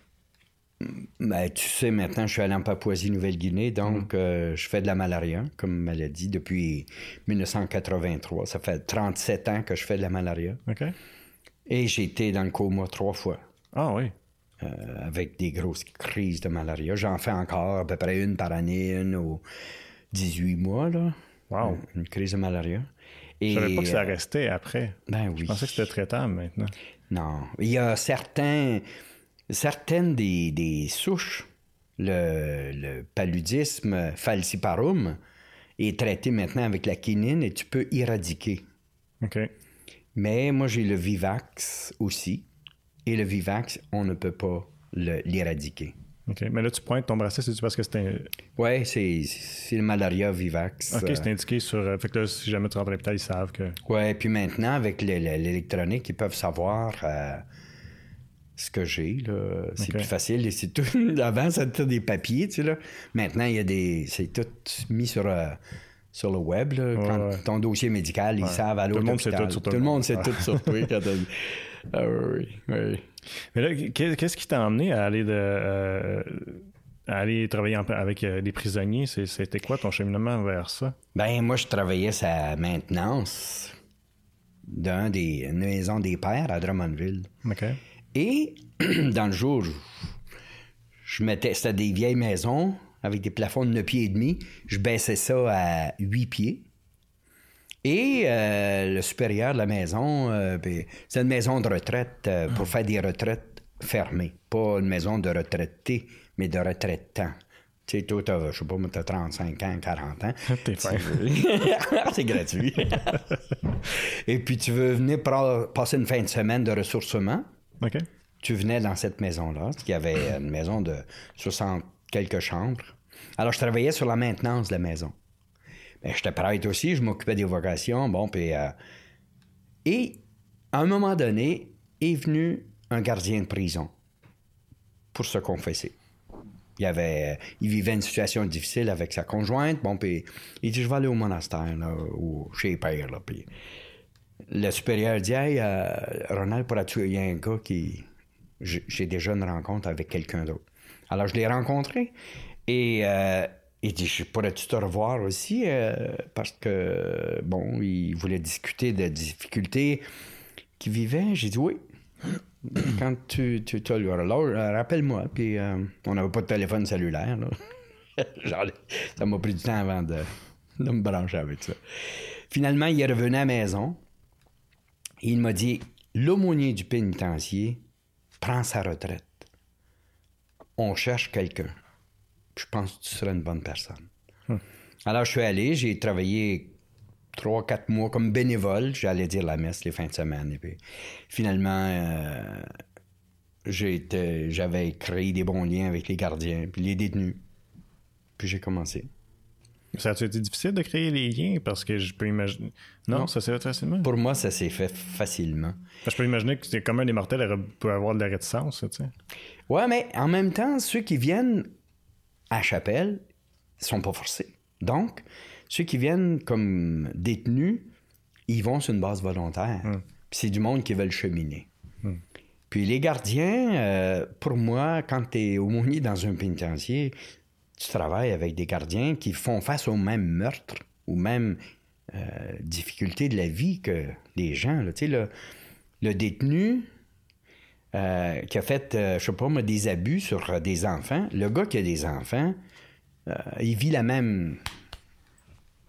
Ben, tu sais, maintenant, je suis allé en Papouasie-Nouvelle-Guinée, donc mm. euh, je fais de la malaria comme maladie depuis dix-neuf cent quatre-vingt-trois. Ça fait trente-sept ans que je fais de la malaria. OK. Et j'ai été dans le coma trois fois. Ah oui. Euh, avec des grosses crises de malaria. J'en fais encore à peu près une par année, une aux dix-huit mois, là. Wow. Une, une crise de malaria. Et, je savais pas que ça restait après. Ben oui. Je pensais que c'était traitable maintenant. Non. Il y a certains... Certaines des, des souches, le, le paludisme falciparum, est traité maintenant avec la quinine et tu peux éradiquer. OK. Mais moi, j'ai le Vivax aussi. Et le Vivax, on ne peut pas le, l'éradiquer. OK. Mais là, tu pointes ton bracelet, c'est-tu parce que c'est un... Oui, c'est, c'est le malaria Vivax. OK, c'est indiqué sur... Fait que là, si jamais tu rentres à l'hôpital, ils savent que... Oui, puis maintenant, avec le, le, l'électronique, ils peuvent savoir... Euh, ce que j'ai, là, c'est okay. Plus facile. Et c'est tout... Avant, c'était des papiers, tu sais, là. Maintenant, il y a des... C'est tout mis sur, euh, sur le web, là. Ouais, quand ouais. Ton dossier médical, ils ouais. savent à l'autre Tout le monde hôpital. Sait tout sur toi. Tout le monde sait tout sur toi. Quand ah, oui, oui. Mais là, qu'est-ce qui t'a emmené à aller de... Euh, à aller travailler en, avec euh, des prisonniers? C'est, c'était quoi ton cheminement vers ça? Ben moi, je travaillais sa maintenance d'un des une maison des pères à Drummondville. OK. Et dans le jour, je, je mettais, c'était des vieilles maisons avec des plafonds de neuf pieds et demi. Je baissais ça à huit pieds. Et euh, le supérieur de la maison, euh, ben, c'est une maison de retraite euh, pour faire des retraites fermées. Pas une maison de retraités, mais de retraitants. Tu sais, toi, t'as, je sais pas, moi, t'as trente-cinq ans, quarante ans. T'es fin. C'est gratuit. Et puis, tu veux venir pra- passer une fin de semaine de ressourcement. OK. Tu venais dans cette maison-là, qui avait une maison de soixante quelques chambres. Alors, je travaillais sur la maintenance de la maison. Ben, j'étais prêtre aussi, je m'occupais des vocations, bon, puis... Euh... Et, à un moment donné, est venu un gardien de prison pour se confesser. Il avait... Il vivait une situation difficile avec sa conjointe, bon, puis il dit, je vais aller au monastère, là, ou chez les pères, là, puis... Le supérieur dit, hey, euh, Ronald, pourras-tu... Il y a un gars qui... J'ai déjà une rencontre avec quelqu'un d'autre. Alors, je l'ai rencontré et euh, il dit, pourrais-tu te revoir aussi? Euh, parce que, bon, il voulait discuter de difficultés qu'il vivait. J'ai dit oui. Quand tu, tu, tu as le horloge, rappelle-moi. Puis, euh, on n'avait pas de téléphone cellulaire, là. Genre, ça m'a pris du temps avant de, de me brancher avec ça. Finalement, il est revenu à la maison. Et il m'a dit, l'aumônier du pénitencier prend sa retraite. On cherche quelqu'un. Je pense que tu serais une bonne personne. Hum. Alors, je suis allé, j'ai travaillé trois, quatre mois comme bénévole. J'allais dire la messe les fins de semaine. Et puis, finalement, euh, j'ai été, j'avais créé des bons liens avec les gardiens, puis les détenus. Puis j'ai commencé. Ça a-tu été difficile de créer les liens? Parce que je peux imaginer... Non, non, ça s'est fait facilement? Pour moi, ça s'est fait facilement. Je peux imaginer que c'est comme un des mortels peut avoir de la réticence, tu sais. Ouais, mais en même temps, ceux qui viennent à la chapelle sont pas forcés. Donc, ceux qui viennent comme détenus, ils vont sur une base volontaire. Hum. Puis c'est du monde qui veut le cheminer. Hum. Puis les gardiens, euh, pour moi, quand tu es aumônier dans un pénitencier... Tu travailles avec des gardiens qui font face au même meurtre, aux mêmes euh, difficultés de la vie que les gens. Là. Tu sais, le, le détenu euh, qui a fait, euh, je sais pas moi, des abus sur des enfants, le gars qui a des enfants, euh, il vit la même...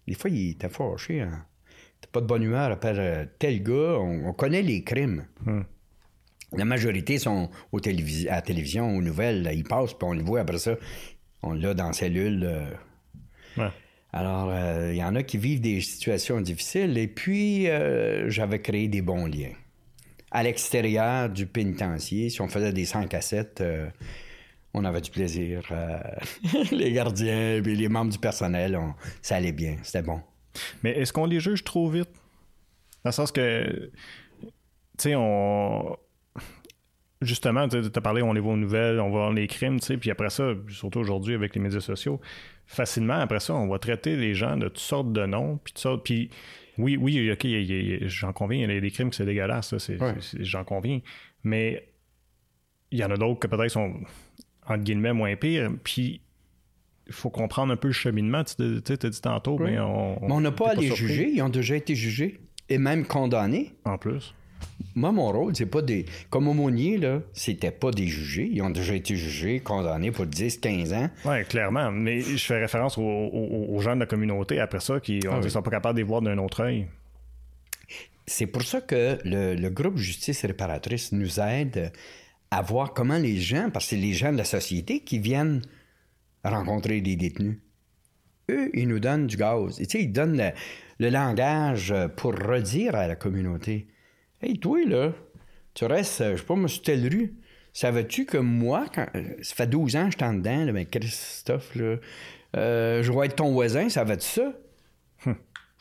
Des fois, il était fâché. Hein. T'as pas de bonne humeur après euh, tel gars. On, on connaît les crimes. Hmm. La majorité sont au télévis- à la télévision, aux nouvelles. Là, ils passent, puis on le voit après ça. On l'a dans la cellule. Euh... Ouais. Alors, il euh, y en a qui vivent des situations difficiles. Et puis, euh, j'avais créé des bons liens. À l'extérieur du pénitencier, si on faisait des cinq à sept, euh, on avait du plaisir. Euh, les gardiens et les membres du personnel, on, ça allait bien, c'était bon. Mais est-ce qu'on les juge trop vite? Dans le sens que, tu sais, on... Justement, tu as parlé, on les voit aux nouvelles, on voit les crimes, tu sais, puis après ça, surtout aujourd'hui avec les médias sociaux, facilement, après ça, on va traiter les gens de toutes sortes de noms, puis toutes sortes, puis... Oui, oui, OK, y a, y a, j'en conviens, il y a des crimes qui sont dégueulasses, ça, c'est, ouais. c'est, j'en conviens. Mais il y en a d'autres que peut-être sont, entre guillemets, moins pires. Puis, il faut comprendre un peu le cheminement. Tu sais, tu as dit tantôt, oui. mais on... Mais on n'a pas à les juger. Ils ont déjà été jugés et même condamnés. En plus. Moi, mon rôle, c'est pas des... Comme aumônier, là, c'était pas des jugés. Ils ont déjà été jugés, condamnés pour dix, quinze ans. Oui, clairement. Mais je fais référence aux, aux, aux gens de la communauté, après ça, qui ne ah oui. sont pas capables de les voir d'un autre œil. C'est pour ça que le, le groupe Justice réparatrice nous aide à voir comment les gens, parce que c'est les gens de la société qui viennent rencontrer des détenus. Eux, ils nous donnent du gaz. Et tu sais, ils donnent le, le langage pour redire à la communauté. Hey, toi, là, tu restes, je sais pas, moi, sur telle rue. Savais-tu que moi, quand, ça fait douze ans que je suis en dedans, là, mais Christophe, là, euh, je vais être ton voisin, savais-tu ça? Hum.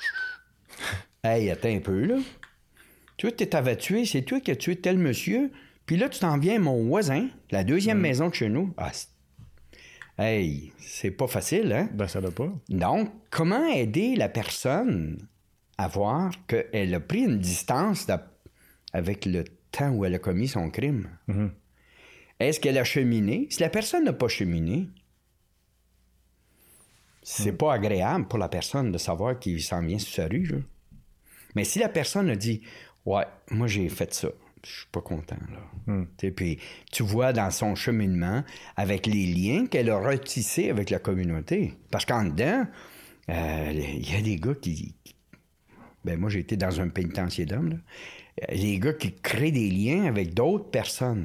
Hey, attends un peu, là. Toi, tu t'avais tué, c'est toi qui as tué tel monsieur, puis là, tu t'en viens mon voisin, la deuxième hum. maison de chez nous. Ah, c'est... Hey, c'est pas facile, hein? Ben, ça va pas. Donc, comment aider la personne à voir qu'elle a pris une distance de... avec le temps où elle a commis son crime? Mm-hmm. Est-ce qu'elle a cheminé? Si la personne n'a pas cheminé, c'est mm. pas agréable pour la personne de savoir qu'il s'en vient sur sa rue. Là. Mais si la personne a dit « Ouais, moi j'ai fait ça, je suis pas content. » là. Mm. Puis tu vois dans son cheminement, avec les liens qu'elle a retissés avec la communauté. Parce qu'en dedans, il euh, y a des gars qui... Ben moi, j'ai été dans un pénitencier d'hommes, là. Les gars qui créent des liens avec d'autres personnes.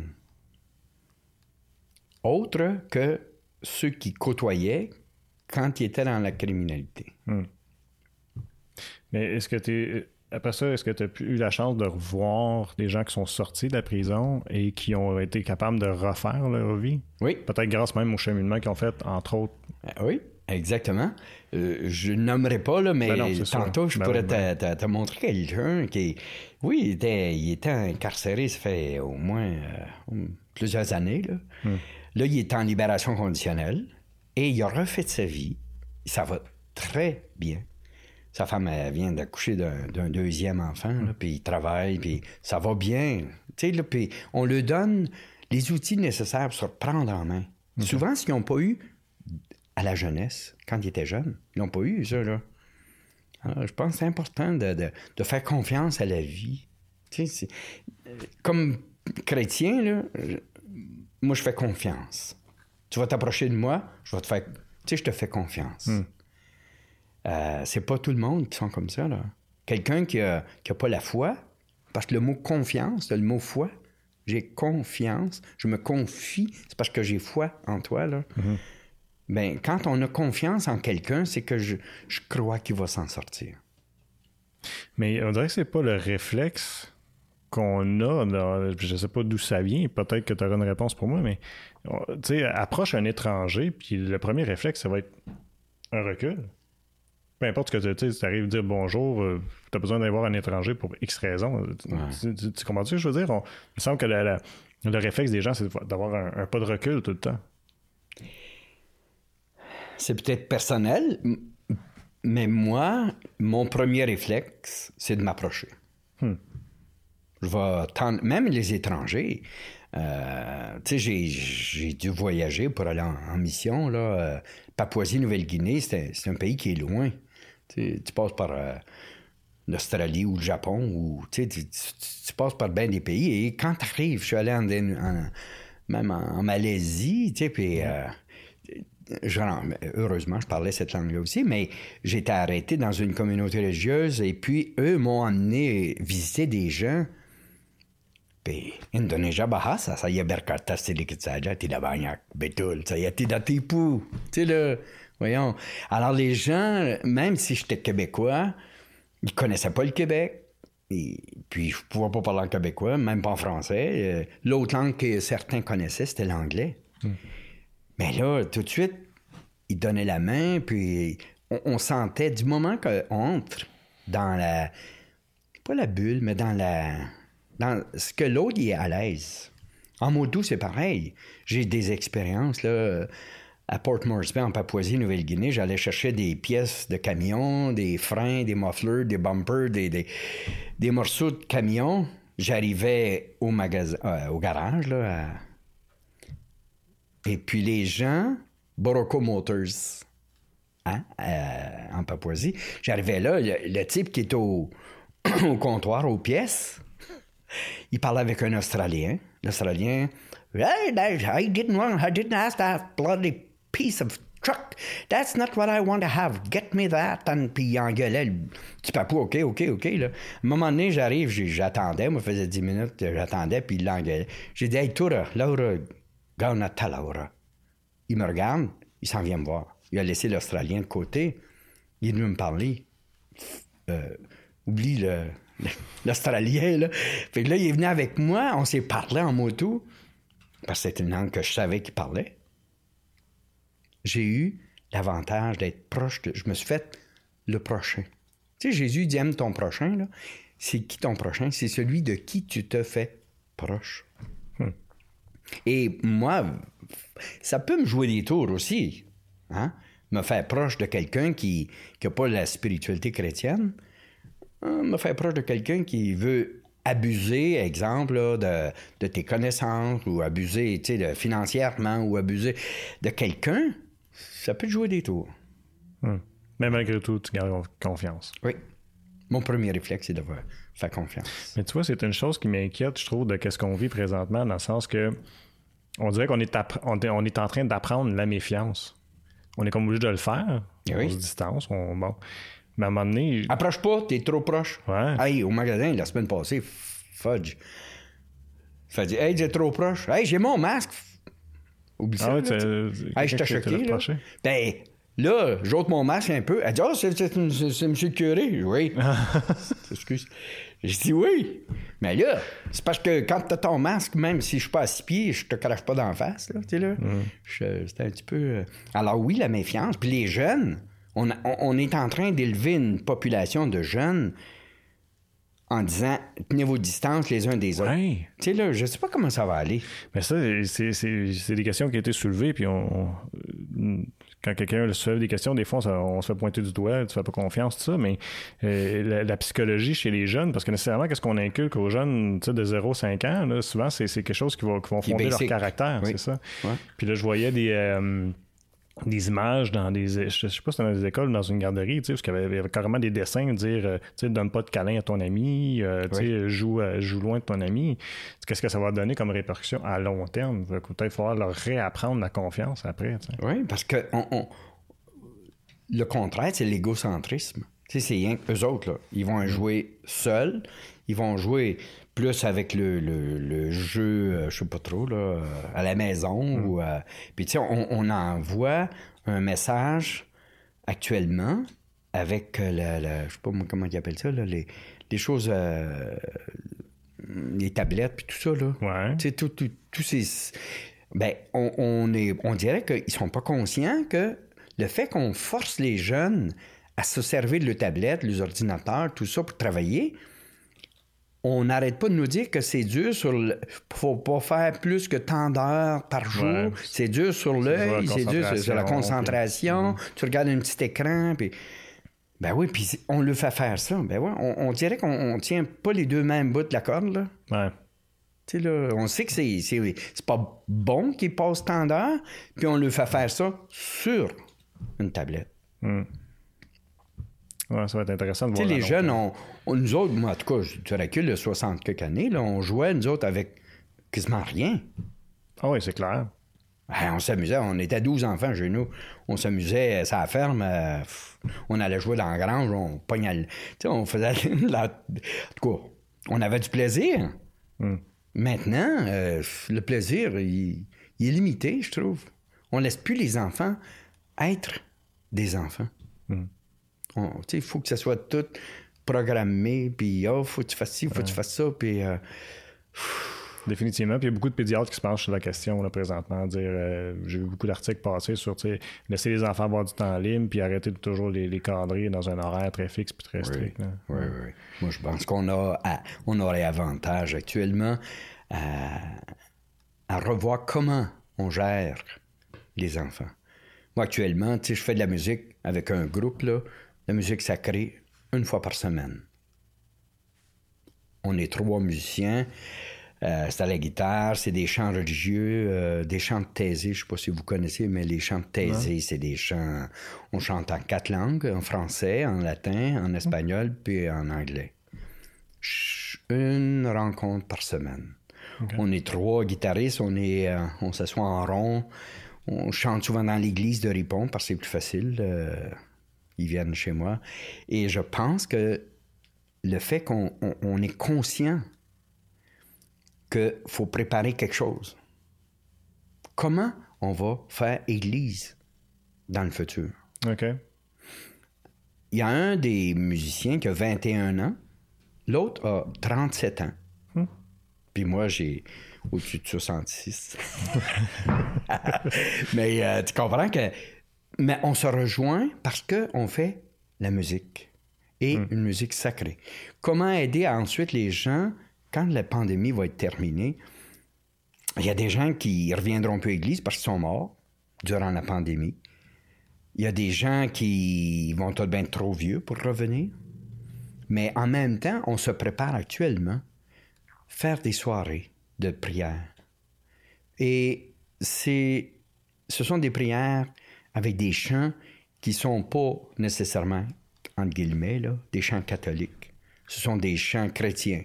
Autres que ceux qui côtoyaient quand ils étaient dans la criminalité. Hmm. Mais est-ce que tu après ça, est-ce que tu as eu la chance de revoir des gens qui sont sortis de la prison et qui ont été capables de refaire leur vie? Oui. Peut-être grâce même au cheminement qu'ils ont fait, entre autres. Oui, exactement. Euh, je ne nommerai pas, là, mais ben non, tantôt, je ben pourrais ben... te, te, te montrer quelqu'un qui... Oui, il était, il était incarcéré, ça fait au moins euh, plusieurs années. Là. Hmm. Là, il est en libération conditionnelle et il a refait sa vie. Ça va très bien. Sa femme, elle vient d'accoucher d'un, d'un deuxième enfant, là, puis il travaille, puis ça va bien. Tu sais, là, puis on lui donne les outils nécessaires pour se prendre en main. Okay. Souvent, s'ils n'ont pas eu à la jeunesse, quand ils étaient jeunes, ils n'ont pas eu ça, là. Alors, je pense que c'est important de, de, de faire confiance à la vie. Tu sais, c'est, comme chrétien, là, je, moi, je fais confiance. Tu vas t'approcher de moi, je vais te faire... Tu sais, je te fais confiance. Mm. Euh, c'est pas tout le monde qui sont comme ça, là. Quelqu'un qui a, qui a pas la foi, parce que le mot confiance, le mot foi, j'ai confiance, je me confie, c'est parce que j'ai foi en toi, là. Mm-hmm. Ben, quand on a confiance en quelqu'un, c'est que je, je crois qu'il va s'en sortir. Mais on dirait que c'est pas le réflexe qu'on a, dans, je sais pas d'où ça vient, peut-être que tu auras une réponse pour moi, mais tu sais, approche un étranger, puis le premier réflexe, ça va être un recul. Peu importe ce que tu sais, tu arrives à dire bonjour, euh, tu as besoin d'aller voir un étranger pour X raison. Ouais. Tu, tu, tu comprends ce que je veux dire? On, il me semble que la, la, le réflexe des gens, c'est d'avoir un, un pas de recul tout le temps. C'est peut-être personnel, mais moi, mon premier réflexe, c'est de m'approcher. Hmm. Je vais tendre, même les étrangers, euh, tu sais, j'ai, j'ai dû voyager pour aller en, en mission, là. Euh, Papouasie-Nouvelle-Guinée, c'est, c'est un pays qui est loin. Tu, tu passes par euh, l'Australie ou le Japon, ou tu, tu, tu passes par bien des pays. Et quand tu arrives, je suis allé en, en, même en, en Malaisie, tu sais, puis euh, je, heureusement, je parlais cette langue-là aussi, mais j'étais arrêté dans une communauté religieuse et puis eux m'ont emmené visiter des gens. Puis, Indonésia, bahasa, saya berkata sedikit saja, tidak banyak, betul, saya tidak tipu. Tu sais, là, voyons. Alors, les gens, même si j'étais québécois, ils connaissaient pas le Québec. Et puis, je pouvais pas parler en québécois, même pas en français. L'autre langue que certains connaissaient, c'était l'anglais. Mm. Mais là, tout de suite, ils donnaient la main, puis on, on sentait, du moment qu'on entre dans la... pas la bulle, mais dans la... dans ce que l'autre il est à l'aise. En Motu, c'est pareil. J'ai des expériences, là, à Port Moresby, en Papouasie, Nouvelle-Guinée. J'allais chercher des pièces de camion, des freins, des mufflers, des bumpers, des, des, des morceaux de camion. J'arrivais au magasin, euh, au garage, là, à... Et puis les gens, Boroko Motors, hein, euh, en Papouasie, j'arrivais là, le, le type qui est au, au comptoir, aux pièces, il parlait avec un Australien. L'Australien, hey, I didn't want, I didn't ask that bloody piece of truck. That's not what I want to have. Get me that. And, puis il engueulait le petit papou, OK, OK, OK. Là. À un moment donné, j'arrive, j'attendais, moi, ça faisait dix minutes, j'attendais, puis il l'engueulait. J'ai dit, hey, Tura, Laura, Gauna Talaura. Il me regarde, il s'en vient me voir. Il a laissé l'Australien de côté. Il est venu me parler. Euh, oublie le, le, l'Australien, là. Fait que là, il est venu avec moi. On s'est parlé en moto. Parce que c'était une langue que je savais qu'il parlait. J'ai eu l'avantage d'être proche de... Je me suis fait le prochain. Tu sais, Jésus dit, aime ton prochain, là. C'est qui ton prochain? C'est celui de qui tu te fais proche. Hmm. Et moi, ça peut me jouer des tours aussi, hein? Me faire proche de quelqu'un qui n'a pas la spiritualité chrétienne, hein? Me faire proche de quelqu'un qui veut abuser, exemple, là, de, de tes connaissances, ou abuser, tu sais, de, financièrement, ou abuser de quelqu'un, ça peut te jouer des tours. Hum. Mais malgré tout, tu gardes confiance. Oui. Mon premier réflexe, c'est de faire confiance. Mais tu vois, c'est une chose qui m'inquiète, je trouve, de ce qu'on vit présentement, dans le sens que on dirait qu'on est, app- on est, on est en train d'apprendre la méfiance. On est comme obligé de le faire. Oui. On se distance. On, bon. Mais à un moment donné... Approche pas, t'es trop proche. Ouais. Hey, au magasin, la semaine passée, fudge. Fait dire, hey, j'ai trop proche. Hey, j'ai mon masque. Oublie ça. Ah ouais, là, hey, je t'ai choqué, là. Ben... Là, j'ôte mon masque un peu. Elle dit, « Ah, oh, c'est, c'est, c'est, c'est M. le curé. » Oui. Excuse. J'ai dit, oui. Mais là, c'est parce que quand t'as ton masque, même si je suis pas à six pieds, je te crache pas d'en face, là, tu sais, là. Mm. Je, c'était un petit peu... Alors oui, la méfiance. Puis les jeunes, on, on, on est en train d'élever une population de jeunes en disant, tenez vos distances les uns des autres. Ouais. Tu sais, là, je sais pas comment ça va aller. Mais ça, c'est, c'est, c'est des questions qui ont été soulevées, puis on... on... Quand quelqu'un se soulève des questions, des fois, on, on se fait pointer du doigt, tu fais pas confiance, tout ça, mais euh, la, la psychologie chez les jeunes, parce que nécessairement, qu'est-ce qu'on inculque aux jeunes de zéro à cinq ans, là, souvent, c'est, c'est quelque chose qui va, qui vont fonder leur caractère, oui. C'est ça. Ouais. Puis là, je voyais des... Euh, des images dans des... Je sais pas si c'était dans des écoles ou dans une garderie, tu sais, parce qu'il y avait, il y avait carrément des dessins, dire, euh, tu sais, donne pas de câlin à ton ami, euh, tu sais, joue, euh, joue loin de ton ami. Qu'est-ce que ça va donner comme répercussion à long terme? Il va peut-être falloir leur réapprendre la confiance après, tu sais. Oui, parce que on, on... le contraire, c'est l'égocentrisme. Tu sais, c'est rien que eux autres, là. Ils vont jouer seuls, ils vont jouer plus avec le, le, le jeu, euh, je sais pas trop, là, à la maison. Mm. Ou, euh, puis, tu sais, on, on envoie un message actuellement avec euh, la, la, je sais pas comment ils appellent ça, là, les, les choses, euh, les tablettes, puis tout ça, là. Ouais. Tu sais, tous tout, tout ces... Ben, on, on, est, on dirait qu'ils sont pas conscients que le fait qu'on force les jeunes à se servir de leurs tablettes, les ordinateurs, tout ça pour travailler... On n'arrête pas de nous dire que c'est dur sur le... Faut pas faire plus que tant d'heures par jour. Ouais. C'est dur sur l'œil, c'est dur sur, sur la concentration. Puis... Tu regardes un petit écran, puis... Ben oui, puis on le fait faire ça. Ben oui, on, on dirait qu'on on tient pas les deux mêmes bouts de la corde, là. Ouais. Tu sais, là, on sait que c'est, c'est, c'est pas bon qu'il passe tant d'heures, puis on le fait faire ça sur une tablette. Mm. Ouais, ça va être intéressant de voir. Tu sais, les jeunes, on, on, nous autres, moi, en tout cas, tu recules de soixante quelques années, là, on jouait, nous autres, avec quasiment rien. Ah oui, c'est clair. Ben, on s'amusait, on était douze enfants chez nous. On s'amusait, ça la ferme, euh, on allait jouer dans la grange, on pognait... Le... Tu sais, on faisait... La... En tout cas, on avait du plaisir. Mm. Maintenant, euh, le plaisir, il, il est limité, je trouve. On laisse plus les enfants être des enfants. Mm. Tu sais, il faut que ça soit tout programmé, puis oh, faut que tu fasses ci, faut que ouais. tu fasses ça, puis... Euh... Définitivement. Puis il y a beaucoup de pédiatres qui se penchent sur la question là, présentement. Dire, euh, j'ai vu beaucoup d'articles passer sur laisser les enfants avoir du temps libre puis arrêter de toujours les, les cadrer dans un horaire très fixe puis très strict. Oui, oui, oui. Moi, je pense qu'on a à, on aurait avantage actuellement à, à revoir comment on gère les enfants. Moi, actuellement, tu sais, je fais de la musique avec un groupe, là, la musique sacrée, une fois par semaine. On est trois musiciens. Euh, c'est à la guitare, c'est des chants religieux, euh, des chants de Taizé, je ne sais pas si vous connaissez, mais les chants de Taizé, ouais. c'est des chants... On chante en quatre langues, en français, en latin, en espagnol, puis en anglais. Une rencontre par semaine. Okay. On est trois guitaristes, on, est, euh, on s'assoit en rond, on chante souvent dans l'église de Ripon, parce que c'est plus facile. Euh, ils viennent chez moi. Et je pense que le fait qu'on on, on est conscient qu'il faut préparer quelque chose. Comment on va faire Église dans le futur? OK. Il y a un des musiciens qui a vingt et un ans, l'autre a trente-sept ans. Hmm. Puis moi, j'ai au-dessus de soixante-six. Mais euh, tu comprends que... Mais on se rejoint parce qu'on fait la musique. Et hmm. une musique sacrée. Comment aider à ensuite les gens... Quand la pandémie va être terminée, il y a des gens qui ne reviendront plus à l'église parce qu'ils sont morts durant la pandémie. Il y a des gens qui vont tout bien être trop vieux pour revenir. Mais en même temps, on se prépare actuellement à faire des soirées de prière. Et c'est, ce sont des prières avec des chants qui ne sont pas nécessairement, entre guillemets, là, des chants catholiques. Ce sont des chants chrétiens.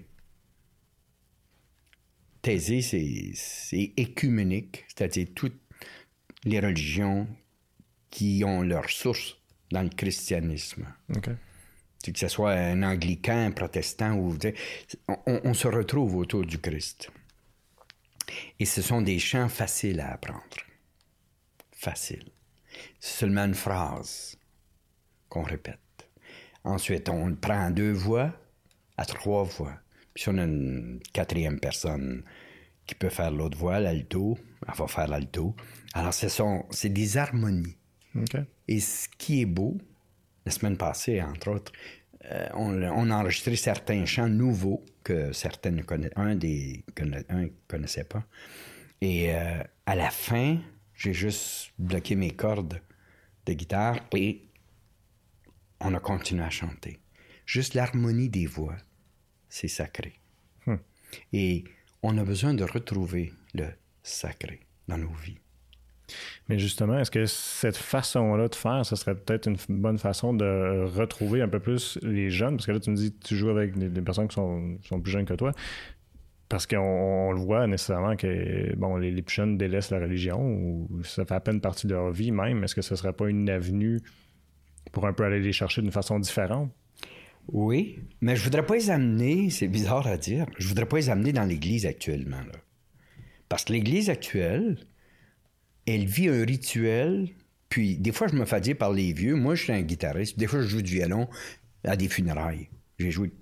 Taizé, c'est, c'est écuménique, c'est-à-dire toutes les religions qui ont leur source dans le christianisme. Okay. Que ce soit un anglican, un protestant, ou, on, on se retrouve autour du Christ. Et ce sont des chants faciles à apprendre. Facile. C'est seulement une phrase qu'on répète. Ensuite, on le prend à deux voix, à trois voix. Puis si on a une quatrième personne qui peut faire l'autre voix, l'alto, elle va faire l'alto. Alors, ce sont, c'est des harmonies. Okay. Et ce qui est beau, la semaine passée, entre autres, euh, on, on a enregistré certains chants nouveaux que certains ne connaissaient, un des un connaissait pas. Et euh, à la fin, j'ai juste bloqué mes cordes de guitare et on a continué à chanter. Juste l'harmonie des voix. C'est sacré. Hmm. Et on a besoin de retrouver le sacré dans nos vies. Mais justement, est-ce que cette façon-là de faire, ce serait peut-être une bonne façon de retrouver un peu plus les jeunes? Parce que là, tu me dis que tu joues avec des, des personnes qui sont, sont plus jeunes que toi. Parce qu'on on le voit nécessairement que bon, les, les plus jeunes délaissent la religion ou ça fait à peine partie de leur vie même. Est-ce que ce ne serait pas une avenue pour un peu aller les chercher d'une façon différente? Oui, mais je voudrais pas les amener, c'est bizarre à dire, je voudrais pas les amener dans l'Église actuellement. Là. Parce que l'Église actuelle, elle vit un rituel, puis des fois je me fais dire par les vieux, moi je suis un guitariste, des fois je joue du violon à des funérailles. J'ai joué...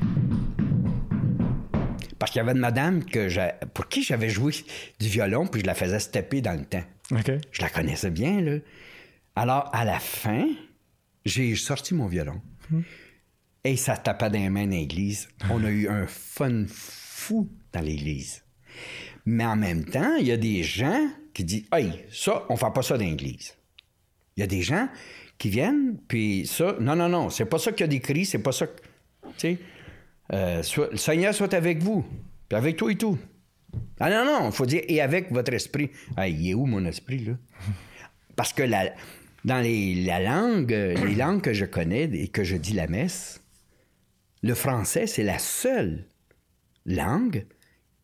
Parce qu'il y avait une madame que j'ai... pour qui j'avais joué du violon, puis je la faisais stepper dans le temps. Okay. Je la connaissais bien, là. Alors, à la fin, j'ai sorti mon violon. Hmm. Et ça tapait dans les mains dans l'église. On a eu un fun fou dans l'église. Mais en même temps, il y a des gens qui disent « Hey, ça, on fait pas ça dans l'église. » Il y a des gens qui viennent, puis ça, non, non, non, c'est pas ça qu'il y a décrit, c'est pas ça... Tu sais, euh, soit, le Seigneur soit avec vous, puis avec toi et tout. Ah non, non, il faut dire « Et avec votre esprit. » Hey, il est où mon esprit, là? Parce que la, dans les, la langue, les langues que je connais et que je dis la messe, le français, c'est la seule langue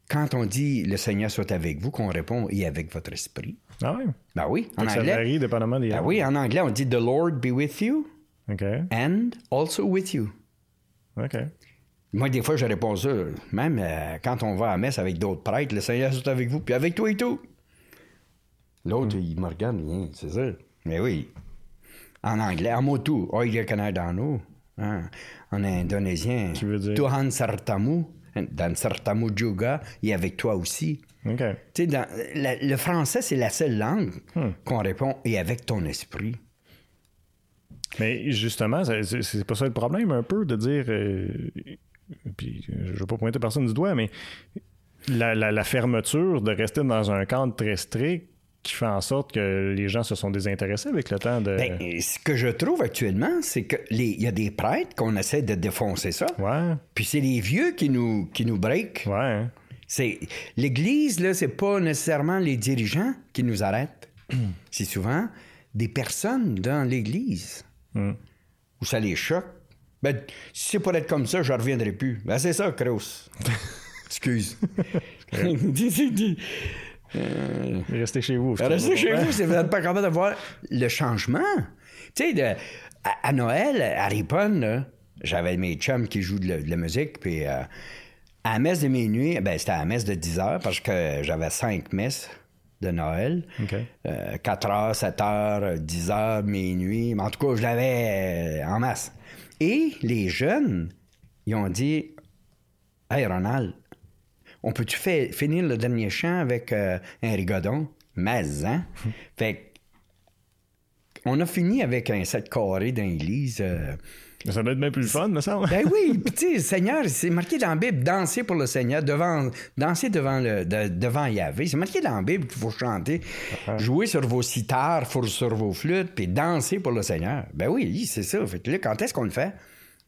quand on dit « Le Seigneur soit avec vous », qu'on répond « Et avec votre esprit ». Ah oui? Ben oui, en ça anglais. Ça varie dépendamment des... Ben oui, en anglais, on dit « The Lord be with you OK. and also with you ». OK. Moi, des fois, je réponds ça. Même euh, quand on va à la messe avec d'autres prêtres, « Le Seigneur soit avec vous », puis avec toi et tout. L'autre, mm. il me regarde, rien, c'est ça. Mais oui. En anglais, en motu, oiga kanadano. Hein? En indonésien, Tuhan sertamu. Dans sertamu juga, et avec toi aussi. OK. Tu sais, dans, la, le français, c'est la seule langue hmm. qu'on répond « et avec ton esprit ». Mais justement, c'est, c'est pas ça le problème un peu de dire... Euh, puis je veux pas pointer personne du doigt, mais la, la, la fermeture de rester dans un cadre très strict qui fait en sorte que les gens se sont désintéressés avec le temps de... Ben, ce que je trouve actuellement, c'est qu'il y a des prêtres qu'on essaie de défoncer ça. Ouais. Puis c'est les vieux qui nous, qui nous break. Ouais. C'est, l'Église, là, c'est pas nécessairement les dirigeants qui nous arrêtent. C'est souvent des personnes dans l'Église mm. où ça les choque. Ben, si c'est pour être comme ça, je reviendrai plus. Ben, c'est ça, Kraus. Excuse. Euh... Restez chez vous. Restez chez vous si vous n'êtes pas capable de voir le changement. Tu sais, à, à Noël, à Ripon, là, j'avais mes chums qui jouent de la, de la musique, puis euh, à la messe de minuit, ben c'était à la messe de dix heures, parce que j'avais cinq messes de Noël. Okay. Euh, quatre heures, sept heures, dix heures, minuit. Mais en tout cas, je l'avais en masse. Et les jeunes, ils ont dit « Hey, Ronald, on peut-tu fait, finir le dernier chant avec euh, un rigodon? » Mais, hein? Fait on a fini avec un set carré dans l'église. Euh, ça doit être bien plus le fun, me semble. Ben oui, puis tu sais, Seigneur, c'est marqué dans la Bible, danser pour le Seigneur, devant, danser devant, le, de, devant Yahvé. C'est marqué dans la Bible qu'il faut chanter, uh-huh. jouer sur vos sitares, sur vos flûtes, puis danser pour le Seigneur. Ben oui, c'est ça. Fait que là, quand est-ce qu'on le fait?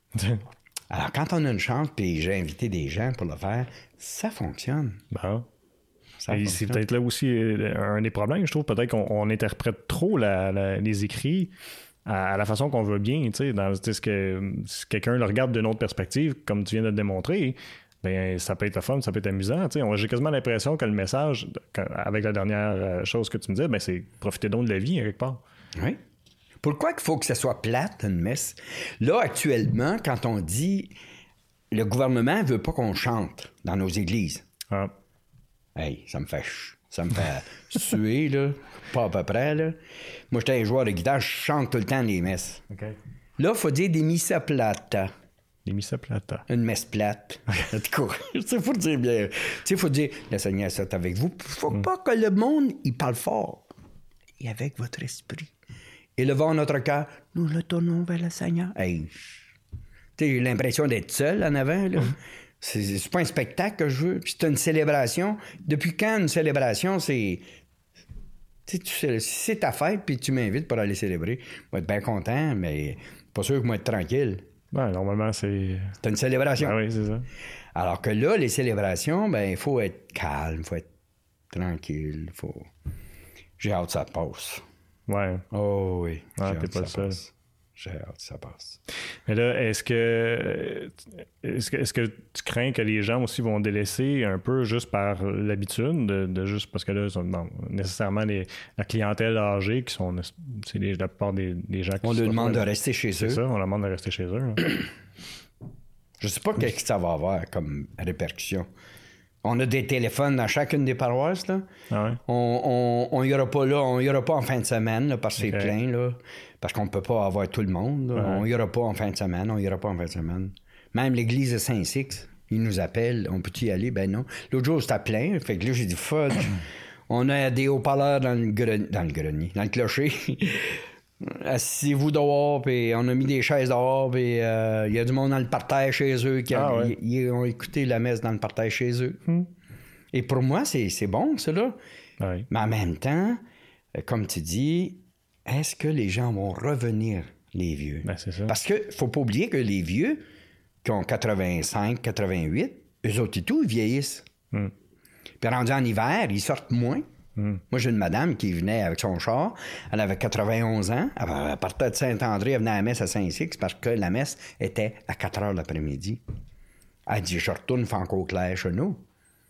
Alors, quand on a une chance, puis j'ai invité des gens pour le faire, ça fonctionne. Bon. Ça Et c'est peut-être là aussi un des problèmes, je trouve. Peut-être qu'on on interprète trop la, la, les écrits à, à la façon qu'on veut bien. Tu sais, dans, ce que, si quelqu'un le regarde d'une autre perspective, comme tu viens de le démontrer, ben ça peut être le fun, ça peut être amusant. Tu sais, j'ai quasiment l'impression que le message, avec la dernière chose que tu me disais, ben c'est profiter donc de la vie, quelque part. Oui. Pourquoi il faut que ça soit plate, une messe? Là, actuellement, quand on dit le gouvernement ne veut pas qu'on chante dans nos églises. Ah. Hey, ça me fait ça me fait suer, là. Pas à peu près, là. Moi, j'étais un joueur de guitare, je chante tout le temps les messes. Okay. Là, il faut dire des missa plata. Des missa plata. Une messe plate. En tout cas, il faut dire bien. Tu sais, il faut dire, le Seigneur soit avec vous. Il faut mm. pas que le monde, il parle fort. Et avec votre esprit. Élevons notre cœur, nous le tournons vers le Seigneur. Hey. Tu sais, j'ai l'impression d'être seul en avant, là. Mm. C'est, c'est pas un spectacle que je veux. Puis c'est une célébration. Depuis quand une célébration, c'est... Tu sais, c'est ta fête, puis tu m'invites pour aller célébrer. Je vais être bien content, mais pas sûr que moi être tranquille. Ben, normalement, c'est... C'est une célébration. Ah oui, c'est ça. Alors que là, les célébrations, ben il faut être calme, il faut être tranquille, faut... J'ai hâte que ça passe. Ouais. Oh oui. Ah, t'es pas le seul. Passe. J'ai hâte que ça passe. Mais là, est-ce que, est-ce que est-ce que tu crains que les gens aussi vont délaisser un peu juste par l'habitude, de, de juste parce que là, sont, bon, nécessairement les, la clientèle âgée qui sont, c'est les, la plupart des, des gens qui on leur demande de rester chez c'est eux. C'est ça, on leur demande de rester chez eux. Hein. Je sais pas qu'est-ce que ça va avoir comme répercussion. On a des téléphones dans chacune des paroisses, là. Ah ouais? On, on, on y aura pas là, on y aura pas en fin de semaine, là, parce que okay. c'est plein, là. Parce qu'on peut pas avoir tout le monde, là. Ouais. On y aura pas en fin de semaine, on y aura pas en fin de semaine. Même l'église de Saint-Six, ils nous appellent, on peut y aller? Ben non. L'autre jour, c'était plein, fait que là, j'ai dit, fudge. On a des haut-parleurs dans le grenier, dans le grenier, dans le clocher. Asseyez-vous dehors, puis on a mis des chaises dehors, puis il euh, y a du monde dans le parterre chez eux qui a, ah ouais. y, y ont écouté la messe dans le parterre chez eux. Hmm. Et pour moi, c'est, c'est bon, ça, là. Ouais. Mais en même temps, comme tu dis, est-ce que les gens vont revenir, les vieux? Ben, c'est ça. Parce qu'il ne faut pas oublier que les vieux qui ont quatre-vingt-cinq, quatre-vingt-huit, eux autres et tout, ils vieillissent. Hmm. Puis rendus en hiver, ils sortent moins. Mm. Moi, j'ai une madame qui venait avec son char. Elle avait quatre-vingt-onze ans. Elle partait de Saint-André, elle venait à la messe à Saint-Six parce que la messe était à quatre heures l'après-midi. Elle dit, je retourne, il fait encore clair chez nous.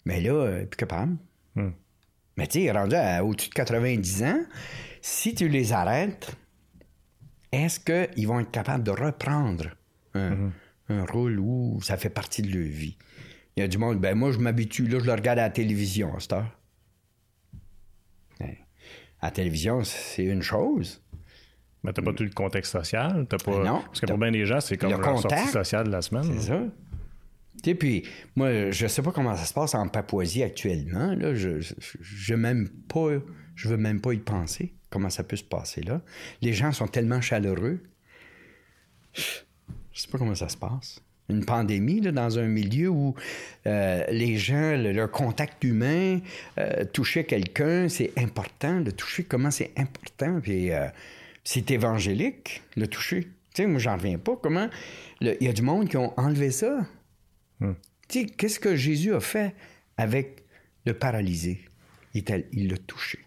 Mais là, euh, plus capable. Mm. Mais tu sais, rendu à au-dessus de quatre-vingt-dix ans, si tu les arrêtes, est-ce qu'ils vont être capables de reprendre un, mm-hmm. un rôle où ça fait partie de leur vie? Il y a du monde, ben moi, je m'habitue, là, je le regarde à la télévision à cette heure. Ben, à la télévision, c'est une chose. Mais t'as pas tout le contexte social. T'as pas... Non. Parce que pour bien des gens, c'est comme la sortie sociale de la semaine. C'est là. Ça. Tu sais, puis moi, je sais pas comment ça se passe en Papouasie actuellement. Là. Je, je, je, même pas, je veux même pas y penser, comment ça peut se passer là. Les gens sont tellement chaleureux. Je sais pas comment ça se passe. Une pandémie, là, dans un milieu où euh, les gens, le, leur contact humain, euh, toucher quelqu'un, c'est important. Le toucher, comment c'est important. Puis euh, c'est évangélique, le toucher. Tu sais, moi, j'en reviens pas. Comment... Il y a du monde qui ont enlevé ça. Hmm. Tu sais, qu'est-ce que Jésus a fait avec le paralysé? Il, il l'a touché.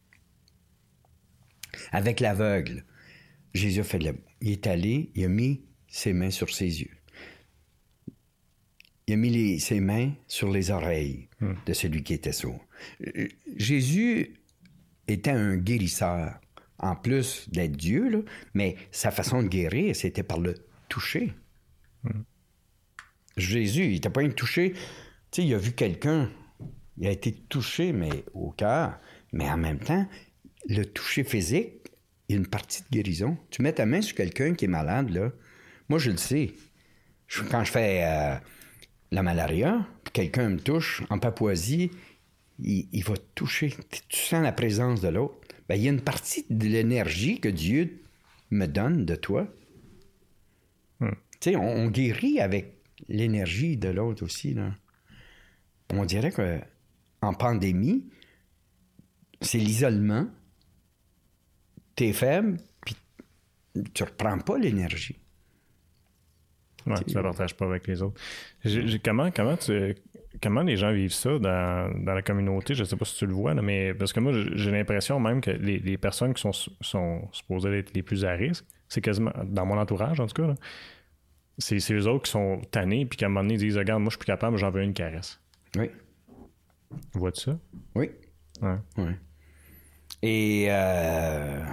Avec l'aveugle, Jésus a fait de la... Il est allé, il a mis ses mains sur ses yeux. Il a mis les, ses mains sur les oreilles hmm. de celui qui était sourd. Jésus était un guérisseur, en plus d'être Dieu, là, mais sa façon de guérir, c'était par le toucher. Hmm. Jésus, il n'était pas un touché. Tu sais, il a vu quelqu'un, il a été touché, mais au cœur. Mais en même temps, le toucher physique, il y a une partie de guérison. Tu mets ta main sur quelqu'un qui est malade, là. Moi, je le sais. Je, quand je fais euh, la malaria, puis quelqu'un me touche, en Papouasie, il, il va te toucher. Tu sens la présence de l'autre. Bien, il y a une partie de l'énergie que Dieu me donne de toi. Hmm. Tu sais, on, on guérit avec l'énergie de l'autre aussi, là. On dirait qu'en pandémie, c'est l'isolement. T'es faible, puis tu reprends pas l'énergie. Ouais, tu ne la partages pas avec les autres. J'ai, j'ai, comment, comment, tu, comment les gens vivent ça dans, dans la communauté? Je ne sais pas si tu le vois, là, mais parce que moi, j'ai l'impression même que les, les personnes qui sont, sont supposées être les plus à risque, c'est quasiment, dans mon entourage en tout cas, là, C'est, c'est eux autres qui sont tannés puis qu'à un moment donné, ils disent « Regarde, moi, je suis plus capable, j'en veux une caresse. » Oui. Vois-tu ça? Oui. Ouais. Oui. Et euh,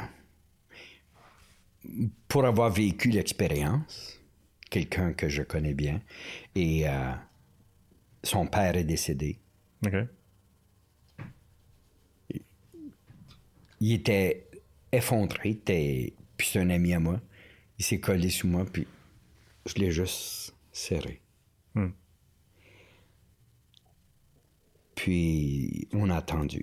pour avoir vécu l'expérience, quelqu'un que je connais bien, et euh, son père est décédé. OK. Il était effondré, était, puis c'est un ami à moi. Il s'est collé sous moi, puis je l'ai juste serré. Hmm. Puis, on a attendu.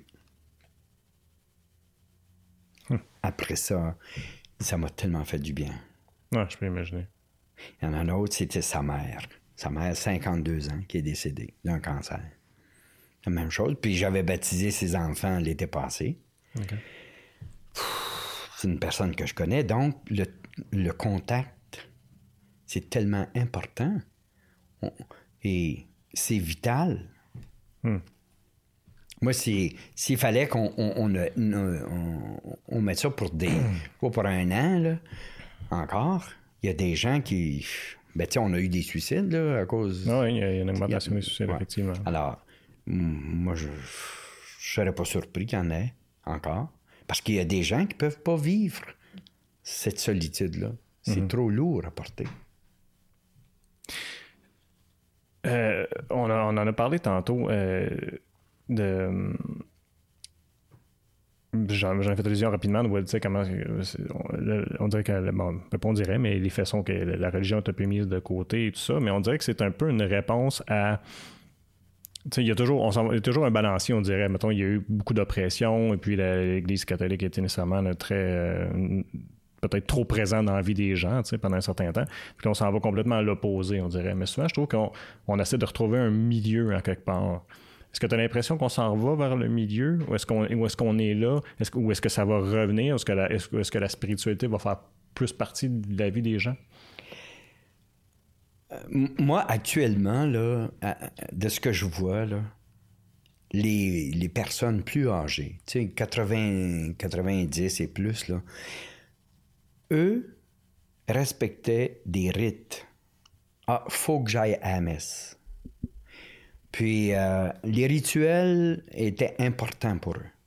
Hmm. Après ça, ça m'a tellement fait du bien. Ouais, je peux imaginer. Il y en a un autre, c'était sa mère. Sa mère, cinquante-deux ans, qui est décédée d'un cancer. La même chose. Puis, j'avais baptisé ses enfants l'été passé. Okay. C'est une personne que je connais. Donc, le, le contact, c'est tellement important. On, et c'est vital. Hmm. Moi, c'est, s'il fallait qu'on on, on, on, on mette ça pour des... pas pour un an, là, encore, il y a des gens qui... Ben, tu sais, on a eu des suicides, là, à cause... Oui, il y a une augmentation des suicides, ouais. Effectivement. Alors, moi, je ne serais pas surpris qu'il y en ait encore. Parce qu'il y a des gens qui ne peuvent pas vivre cette solitude-là. C'est mm-hmm. trop lourd à porter. Euh, on, a, on en a parlé tantôt euh, de... J'en, j'en ai fait allusion rapidement, on, dire comment, on, on dirait que, bon, pas on dirait, mais les faits sont que la religion est un peu mise de côté et tout ça, mais on dirait que c'est un peu une réponse à... Tu sais, il y a toujours, on s'en, il y a toujours un balancier, on dirait. Mettons, il y a eu beaucoup d'oppression, et puis la, l'Église catholique était nécessairement là, très... Euh, peut-être trop présent dans la vie des gens, tu sais, pendant un certain temps. Puis on s'en va complètement à l'opposé, on dirait. Mais souvent, je trouve qu'on on essaie de retrouver un milieu en quelque part. Est-ce que tu as l'impression qu'on s'en va vers le milieu? Ou est-ce qu'on, ou est-ce qu'on est là? Est-ce, ou est-ce que ça va revenir? Est-ce que, la, est-ce, est-ce que la spiritualité va faire plus partie de la vie des gens? Euh, moi, actuellement, là, de ce que je vois, là, les, les personnes plus âgées, tu sais, quatre-vingts, quatre-vingt-dix et plus, là, eux respectaient des rites. Ah, faut que j'aille à la messe. Puis euh, les rituels étaient importants pour eux.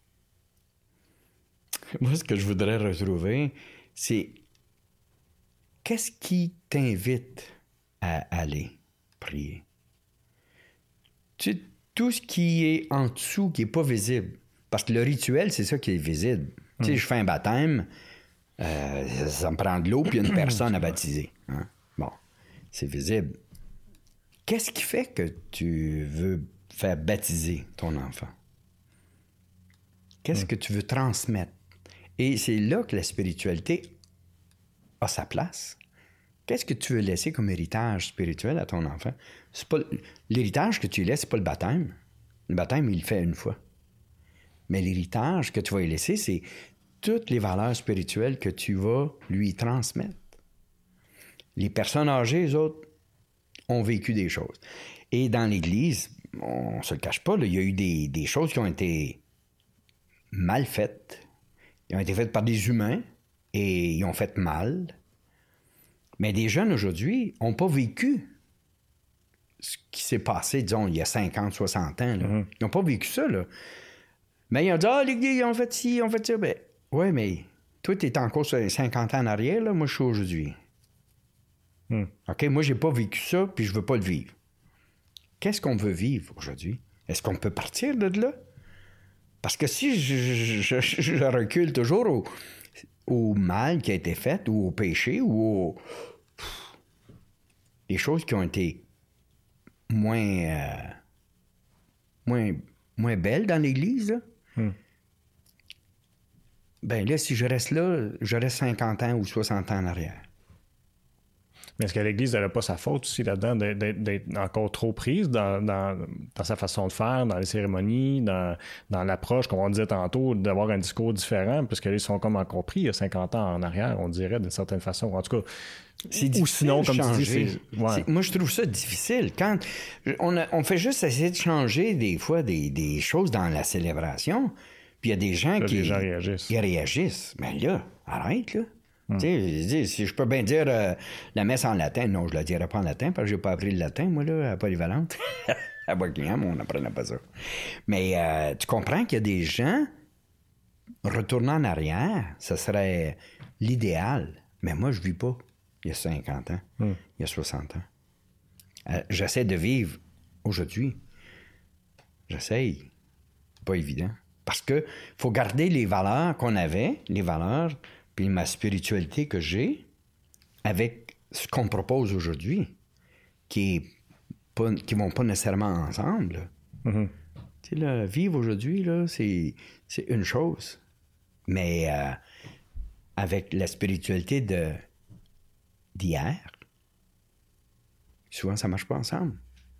Moi, ce que je voudrais retrouver, c'est qu'est-ce qui t'invite à aller prier? Tu sais, tout ce qui est en dessous, qui n'est pas visible. Parce que le rituel, c'est ça qui est visible. Mm. Tu sais, je fais un baptême, euh, ça me prend de l'eau, puis il y a une personne à baptiser. Hein? Bon, c'est visible. Qu'est-ce qui fait que tu veux faire baptiser ton enfant? Qu'est-ce mm. que tu veux transmettre? Et c'est là que la spiritualité a sa place. Qu'est-ce que tu veux laisser comme héritage spirituel à ton enfant? C'est pas, l'héritage que tu laisses, c'est pas le baptême. Le baptême, il le fait une fois. Mais l'héritage que tu vas lui laisser, c'est toutes les valeurs spirituelles que tu vas lui transmettre. Les personnes âgées, eux autres, ont vécu des choses. Et dans l'Église, on se le cache pas, là, il y a eu des, des choses qui ont été mal faites. Ils ont été faites par des humains et ils ont fait mal. Mais des jeunes aujourd'hui n'ont pas vécu ce qui s'est passé, disons, il y a cinquante, soixante ans. Là. Mm-hmm. Ils n'ont pas vécu ça, là. Mais ils ont dit, ah, l'Église, ils ont fait ci, ils ont fait ça. Ben, oui, mais toi, tu es encore sur cinquante ans en arrière, là. Moi, je suis aujourd'hui. Mm. OK, moi, j'ai pas vécu ça, puis je veux pas le vivre. Qu'est-ce qu'on veut vivre aujourd'hui? Est-ce qu'on peut partir de là? Parce que si je, je, je, je recule toujours au, au mal qui a été fait, ou au péché, ou aux les choses qui ont été moins, euh, moins, moins belles dans l'Église, là, hmm. ben là, si je reste là, je reste cinquante ans ou soixante ans en arrière. Mais est-ce que l'Église n'aurait pas sa faute aussi là-dedans d'être, d'être encore trop prise dans, dans, dans sa façon de faire, dans les cérémonies, dans, dans l'approche, comme on disait tantôt, d'avoir un discours différent, parce qu'ils sont comme encore pris il y a cinquante ans en arrière, on dirait, d'une certaine façon. En tout cas, c'est ou sinon, comme tu dis, c'est... Ouais. C'est... moi, je trouve ça difficile. Quand on, a, on fait juste essayer de changer des fois des, des choses dans la célébration, puis il y a des gens là, qui les gens réagissent. Ils réagissent. Mais là, arrête, là. Hmm. Tu sais, si je peux bien dire euh, la messe en latin, non, je la dirais pas en latin parce que j'ai pas appris le latin, moi, là, à Polyvalente. À Buckingham, on n'apprenait pas ça. Mais euh, tu comprends qu'il y a des gens, retournant en arrière, ça serait l'idéal. Mais moi, je vis pas il y a cinquante ans, hmm. il y a soixante ans. Euh, j'essaie de vivre aujourd'hui. J'essaye. C'est pas évident. Parce que faut garder les valeurs qu'on avait, les valeurs... puis ma spiritualité que j'ai, avec ce qu'on me propose aujourd'hui, qui est pas, qui vont pas nécessairement ensemble. Mm-hmm. Tu sais, là, vivre aujourd'hui, là, c'est, c'est une chose. Mais euh, avec la spiritualité de, d'hier, souvent, ça marche pas ensemble.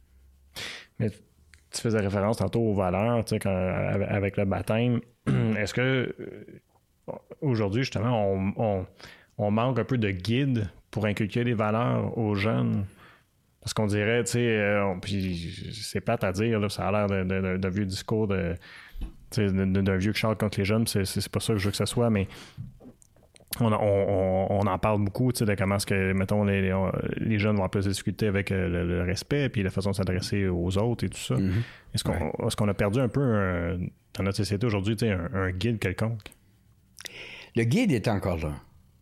Mais tu faisais référence tantôt aux valeurs, tu sais, quand, avec le baptême. Est-ce que... aujourd'hui, justement, on, on, on manque un peu de guide pour inculquer les valeurs aux jeunes. Parce qu'on dirait, tu sais, euh, puis c'est plate à dire, là, ça a l'air d'un de, de, de vieux discours de, de, d'un vieux qui chante contre les jeunes, c'est, c'est pas ça que je veux que ce soit, mais on, on, on en parle beaucoup, tu sais, de comment est-ce que, mettons, les, les, les jeunes vont un peu se discuter avec le, le respect, puis la façon de s'adresser aux autres et tout ça. Mm-hmm. Est-ce qu'on, ouais. est-ce qu'on a perdu un peu, un, dans notre société aujourd'hui, tu sais, un, un guide quelconque? Le guide est encore là.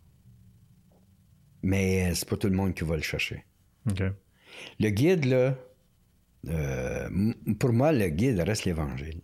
Mais c'est pas tout le monde qui va le chercher. OK. Le guide, là, euh, pour moi, le guide reste l'Évangile.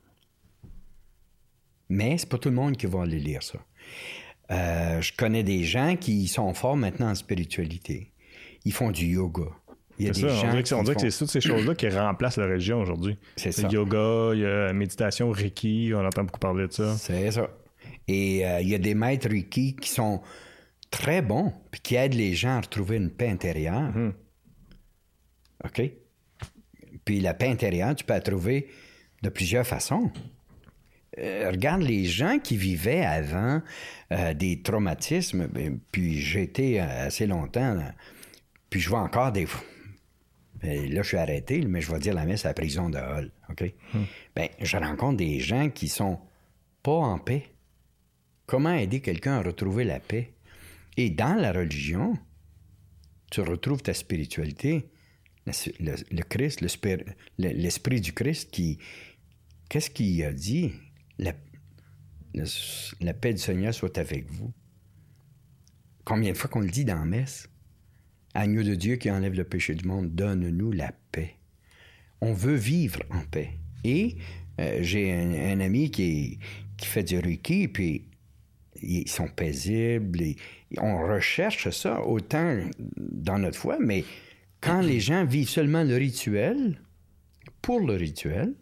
Mais c'est pas tout le monde qui va aller lire ça. Euh, je connais des gens qui sont forts maintenant en spiritualité. Ils font du yoga. Il y a c'est des ça, gens on dirait que, qui on dirait font... que c'est toutes ces choses-là qui remplacent la religion aujourd'hui. C'est ça. ça. Le yoga, il y a la méditation, Reiki, on entend beaucoup parler de ça. C'est ça. Et il euh, y a des maîtres Reiki qui sont très bons puis qui aident les gens à retrouver une paix intérieure. Mm-hmm. OK? Puis la paix intérieure, tu peux la trouver de plusieurs façons. Euh, regarde les gens qui vivaient avant euh, des traumatismes. Ben, puis j'ai été assez longtemps, là, puis je vois encore des... Ben, là, je suis arrêté, mais je vais dire la messe à la prison de Hull. OK? Mm. Ben, je rencontre des gens qui sont pas en paix. Comment aider quelqu'un à retrouver la paix? Et dans la religion, tu retrouves ta spiritualité le, le Christ, le, le, l'Esprit du Christ qui... Qu'est-ce qu'il a dit? La, la, la paix du Seigneur soit avec vous. Combien de fois qu'on le dit dans la messe? Agneau de Dieu qui enlève le péché du monde, donne-nous la paix. On veut vivre en paix. Et euh, j'ai un, un ami qui, est, qui fait du Reiki, puis ils sont paisibles. Et, et on recherche ça autant dans notre foi, mais quand les gens vivent seulement le rituel, pour le rituel,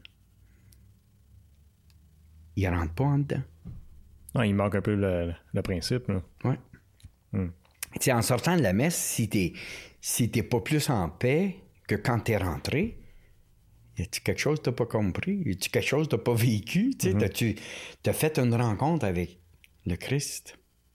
ils ne rentrent pas en dedans. Non, il manque un peu le, le principe. Oui. Hmm. Tu sais, en sortant de la messe, si tu si n'es pas plus en paix que quand tu es rentré, y a-tu quelque chose que tu n'as pas compris? Y a-tu quelque chose que tu n'as pas vécu? Tu sais, mm-hmm. tu as fait une rencontre avec le Christ.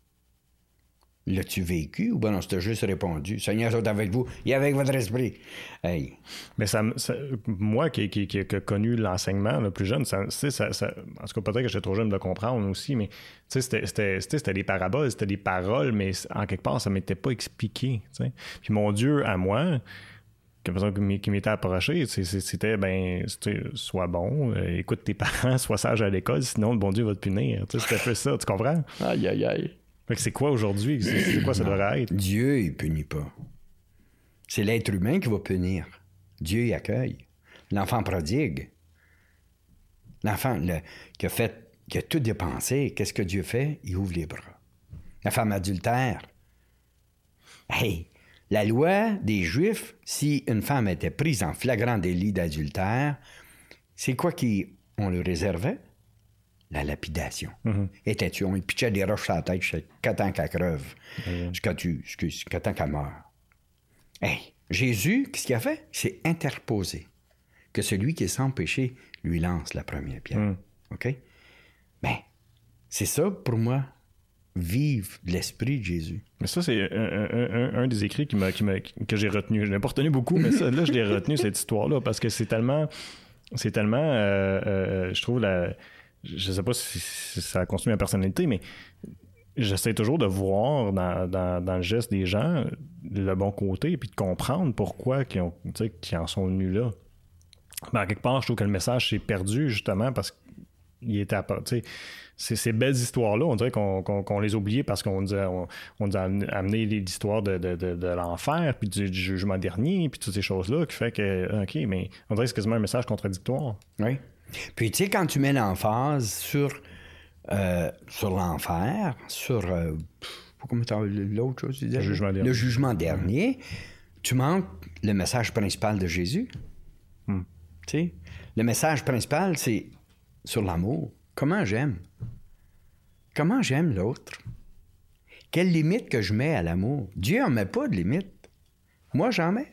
L'as-tu vécu ou ben non, c'était juste répondu? Seigneur, soit avec vous et avec votre esprit. Hey. Mais ça, ça, moi qui, qui, qui ai connu l'enseignement le plus jeune, ça, ça, ça, en tout cas, peut-être que j'étais trop jeune de le comprendre aussi, mais c'était, c'était, c'était, c'était des paraboles, c'était des paroles, mais en quelque part, ça ne m'était pas expliqué. T'sais. Puis mon Dieu à moi, qui m'était approché, c'était, ben, sois bon, euh, écoute tes parents, sois sage à l'école, sinon le bon Dieu va te punir. C'était un peu ça, tu comprends? Aïe, aïe, aïe. Fait que c'est quoi aujourd'hui? C'est, c'est quoi ça devrait être? Dieu, il punit pas. C'est l'être humain qui va punir. Dieu, il accueille. L'enfant prodigue. L'enfant le, qui, a fait, qui a tout dépensé, qu'est-ce que Dieu fait? Il ouvre les bras. La femme adultère. Hey! La loi des Juifs, si une femme était prise en flagrant délit d'adultère, c'est quoi qu'on lui réservait? La lapidation. Mm-hmm. Étais-tu, on lui pitchait des roches sur la tête jusqu'à temps qu'elle creuve, mm-hmm. jusqu'à, tu, jusqu'à temps qu'elle meure. Hey, Jésus, qu'est-ce qu'il a fait? Il s'est interposé. Que celui qui est sans péché lui lance la première pierre. Mm. OK? Bien, c'est ça pour moi. Vive l'esprit de Jésus. Mais ça, c'est un, un, un des écrits qui m'a, qui m'a, que j'ai retenu. Je n'ai pas retenu beaucoup, mais ça, là, je l'ai retenu, cette histoire-là, parce que c'est tellement... C'est tellement... Euh, euh, je trouve la... Je sais pas si, si ça a construit ma personnalité, mais j'essaie toujours de voir dans, dans, dans le geste des gens le bon côté, puis de comprendre pourquoi ils, ont, qu'ils en sont venus là. Mais en quelque part, je trouve que le message s'est perdu, justement, parce qu'il était à... C'est ces belles histoires-là, on dirait qu'on, qu'on, qu'on les oubliait parce qu'on nous a, on, on nous a amené l'histoire de, de, de, de l'enfer, puis du, du jugement dernier, puis toutes ces choses-là, qui fait que, OK, mais on dirait que c'est quasiment un message contradictoire. Oui. Puis, tu sais, quand tu mets l'emphase sur, euh, sur l'enfer, sur... Euh, comment t'as l'autre chose? Tu disais? Le jugement dernier. Le jugement dernier, mmh. tu manques le message principal de Jésus. Mmh. Tu sais, le message principal, c'est sur l'amour. Comment j'aime? Comment j'aime l'autre? Quelle limite que je mets à l'amour? Dieu n'en met pas de limite. Moi, j'en mets.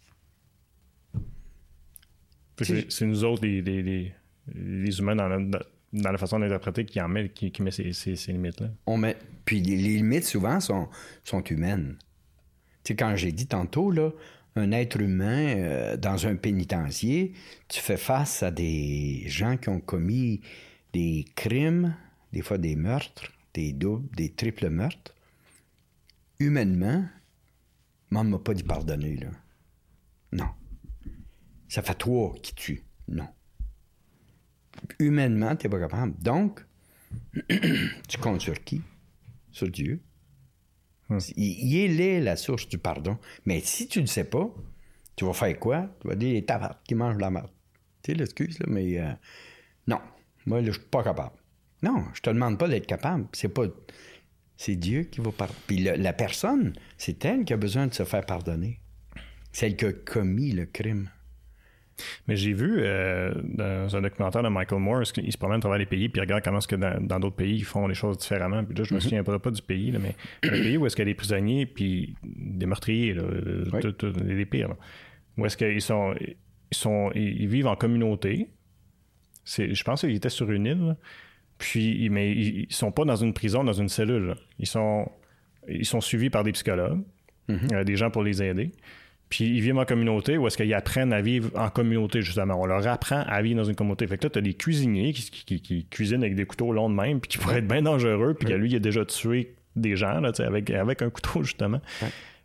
C'est, c'est nous autres, les, les, les, les humains, dans la, dans la façon d'interpréter, qui en met, qui, qui met ces, ces, ces limites-là. On met, puis les, les limites, souvent, sont, sont humaines. Tu sais, quand j'ai dit tantôt, là, un être humain euh, dans un pénitencier, tu fais face à des gens qui ont commis des crimes, des fois des meurtres, des doubles, des triples meurtres. Humainement, maman ne m'a pas dit pardonner, là. Non. Ça fait toi qui tues. Non. Humainement, tu n'es pas capable. Donc, tu comptes sur qui? Sur Dieu. Hum. Il, il est là, la source du pardon. Mais si tu ne le sais pas, tu vas faire quoi? Tu vas dire les tabards qui mangent la merde. Tu sais, l'excuse, là, mais euh, non. Moi, là, je suis pas capable. Non, je te demande pas d'être capable. C'est pas... C'est Dieu qui va pardonner. Puis le, la personne, c'est elle qui a besoin de se faire pardonner. Celle qui a commis le crime. Mais j'ai vu euh, dans un documentaire de Michael Moore, il se promène à travers les pays, puis il regarde comment est-ce que dans, dans d'autres pays, ils font les choses différemment. Puis là, je me souviens pas, pas du pays, là, mais un pays où est-ce qu'il y a des prisonniers, puis des meurtriers, là, oui. tout, tout, les pires. Là. Où est-ce qu'ils sont... Ils, sont, ils vivent en communauté. C'est, je pense qu'ils étaient sur une île, là. Puis, mais ils sont pas dans une prison, dans une cellule. Là. Ils sont, ils sont suivis par des psychologues, mm-hmm. euh, des gens pour les aider. Puis ils vivent en communauté où est-ce qu'ils apprennent à vivre en communauté, justement. On leur apprend à vivre dans une communauté. Fait que là, tu as des cuisiniers qui, qui, qui, qui cuisinent avec des couteaux longs de même, puis qui pourraient être bien dangereux, puis que lui, il a déjà tué des gens là, avec, avec un couteau, justement. Ouais.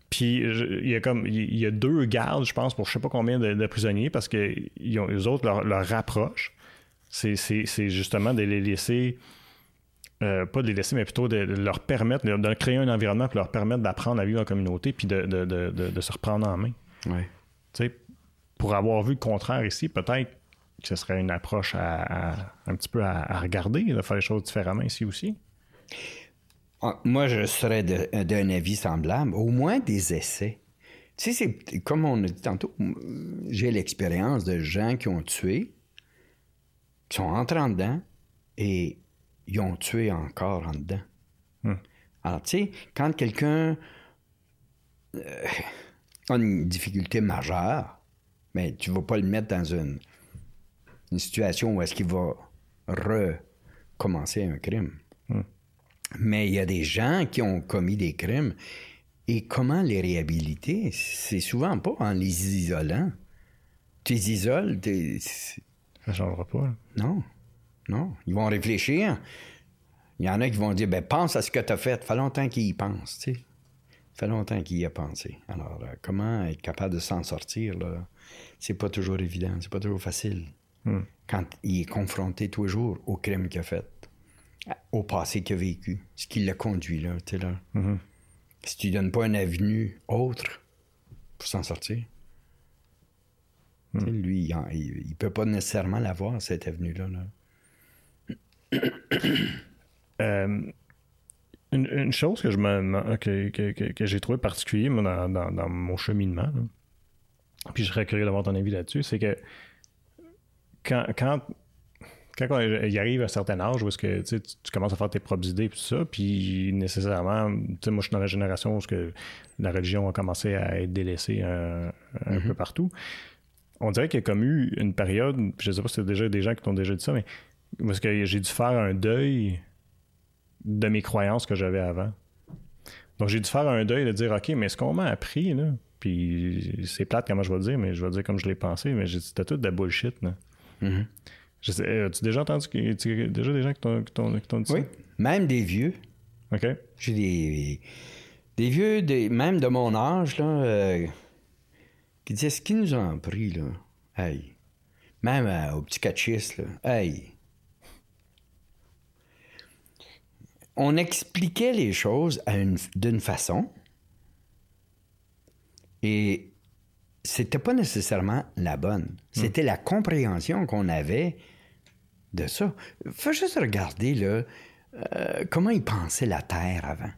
Puis il y a comme il y a deux gardes, je pense, pour je sais pas combien de, de prisonniers, parce que ils ont, eux autres leur, leur rapprochent. C'est, c'est, c'est justement de les laisser, euh, pas de les laisser, mais plutôt de, de leur permettre, de, de créer un environnement pour leur permettre d'apprendre à vivre en communauté puis de, de, de, de, de se reprendre en main. Ouais. Tu sais, pour avoir vu le contraire ici, peut-être que ce serait une approche à, à un petit peu à, à regarder, de faire les choses différemment ici aussi. Moi, je serais de, d'un avis semblable. Au moins des essais. Tu sais, c'est comme on a dit tantôt, j'ai l'expérience de gens qui ont tué, qui sont entrés en dedans et ils ont tué encore en dedans. Hmm. Alors, tu sais, quand quelqu'un euh, a une difficulté majeure, mais tu ne vas pas le mettre dans une, une situation où est-ce qu'il va recommencer un crime. Hmm. Mais il y a des gens qui ont commis des crimes et comment les réhabiliter? C'est souvent pas en les isolant. Tu les isoles, t'es... Ça changera pas. Là. Non, non. Ils vont réfléchir. Il y en a qui vont dire, ben pense à ce que tu as fait. Ça fait longtemps qu'ils y pensent, tu sais. Ça fait longtemps qu'il y a pensé. Alors, euh, comment être capable de s'en sortir, là? C'est pas toujours évident, c'est pas toujours facile. Hmm. Quand il est confronté tous les jours au crime qu'il a fait. Au passé qu'il a vécu, ce qui l'a conduit là, tu sais là. Mm-hmm. Si tu lui donnes pas une avenue autre pour s'en sortir, mm. lui, il, il, il peut pas nécessairement l'avoir, cette avenue-là. Là. euh, une, une chose que je me que, que, que, que j'ai trouvé particulier moi, dans, dans, dans mon cheminement, là, puis je serais curieux d'avoir ton avis là-dessus, c'est que quand, quand Quand il arrive à un certain âge où est-ce que tu, tu commences à faire tes propres idées et tout ça, puis nécessairement, tu sais, moi je suis dans la génération où que la religion a commencé à être délaissée un, un mm-hmm. peu partout. On dirait qu'il y a comme eu une période, puis je sais pas si c'est déjà des gens qui t'ont déjà dit ça, mais parce que j'ai dû faire un deuil de mes croyances que j'avais avant. Donc j'ai dû faire un deuil de dire, OK, mais ce qu'on m'a appris, là, puis c'est plate comment je vais le dire, mais je vais le dire comme je l'ai pensé, mais c'était tout de la bullshit, là. Mm-hmm. Je sais, as-tu déjà entendu que, tu, déjà des gens qui t'ont, qui t'ont, qui t'ont dit oui, ça? Oui, même des vieux. OK. J'ai des, des vieux, des, même de mon âge, là, euh, qui disaient ce qu'ils nous ont appris, là. Hey. Même euh, au petit catchiste, là. Hey. On expliquait les choses à une, d'une façon et c'était pas nécessairement la bonne. C'était mmh. la compréhension qu'on avait de ça. Faut juste regarder, là, euh, comment ils pensaient la Terre avant.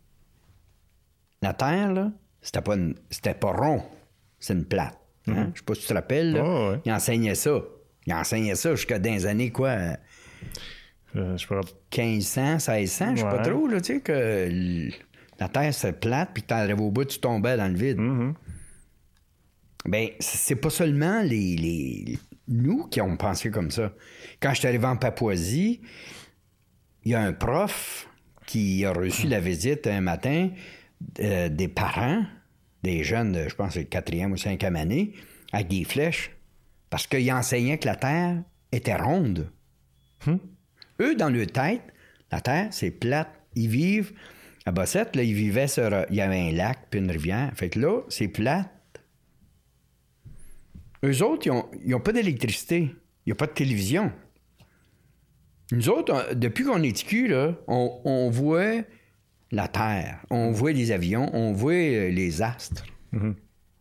La Terre, là, c'était pas, une, c'était pas rond. C'est une plate. Hein? Mmh. Je sais pas si tu te rappelles, là. Oh, ouais. Ils enseignaient ça. Ils enseignaient ça jusqu'à dans les années, quoi... Euh, je sais pas... quinze cents, seize cents, je sais ouais. pas trop, là, tu sais, que la Terre, c'est plate, puis tu arrives au bout, tu tombais dans le vide. Mmh. Ben, c'est pas seulement les, les nous qui avons pensé comme ça. Quand je suis arrivé en Papouasie, il y a un prof qui a reçu la visite un matin euh, des parents, des jeunes, de, je pense, c'est quatrième ou cinquième année, avec des flèches, parce qu'ils enseignaient que la Terre était ronde. Hum? Eux, dans leur tête, la Terre, c'est plate. Ils vivent à Bossette, là, ils vivaient sur... Il y avait un lac puis une rivière. Fait que là, c'est plate. Eux autres, ils n'ont pas d'électricité. Il n'y a pas de télévision. Nous autres, on, depuis qu'on est ticu, là, on, on voit la Terre, on voit les avions, on voit les astres. Mm-hmm.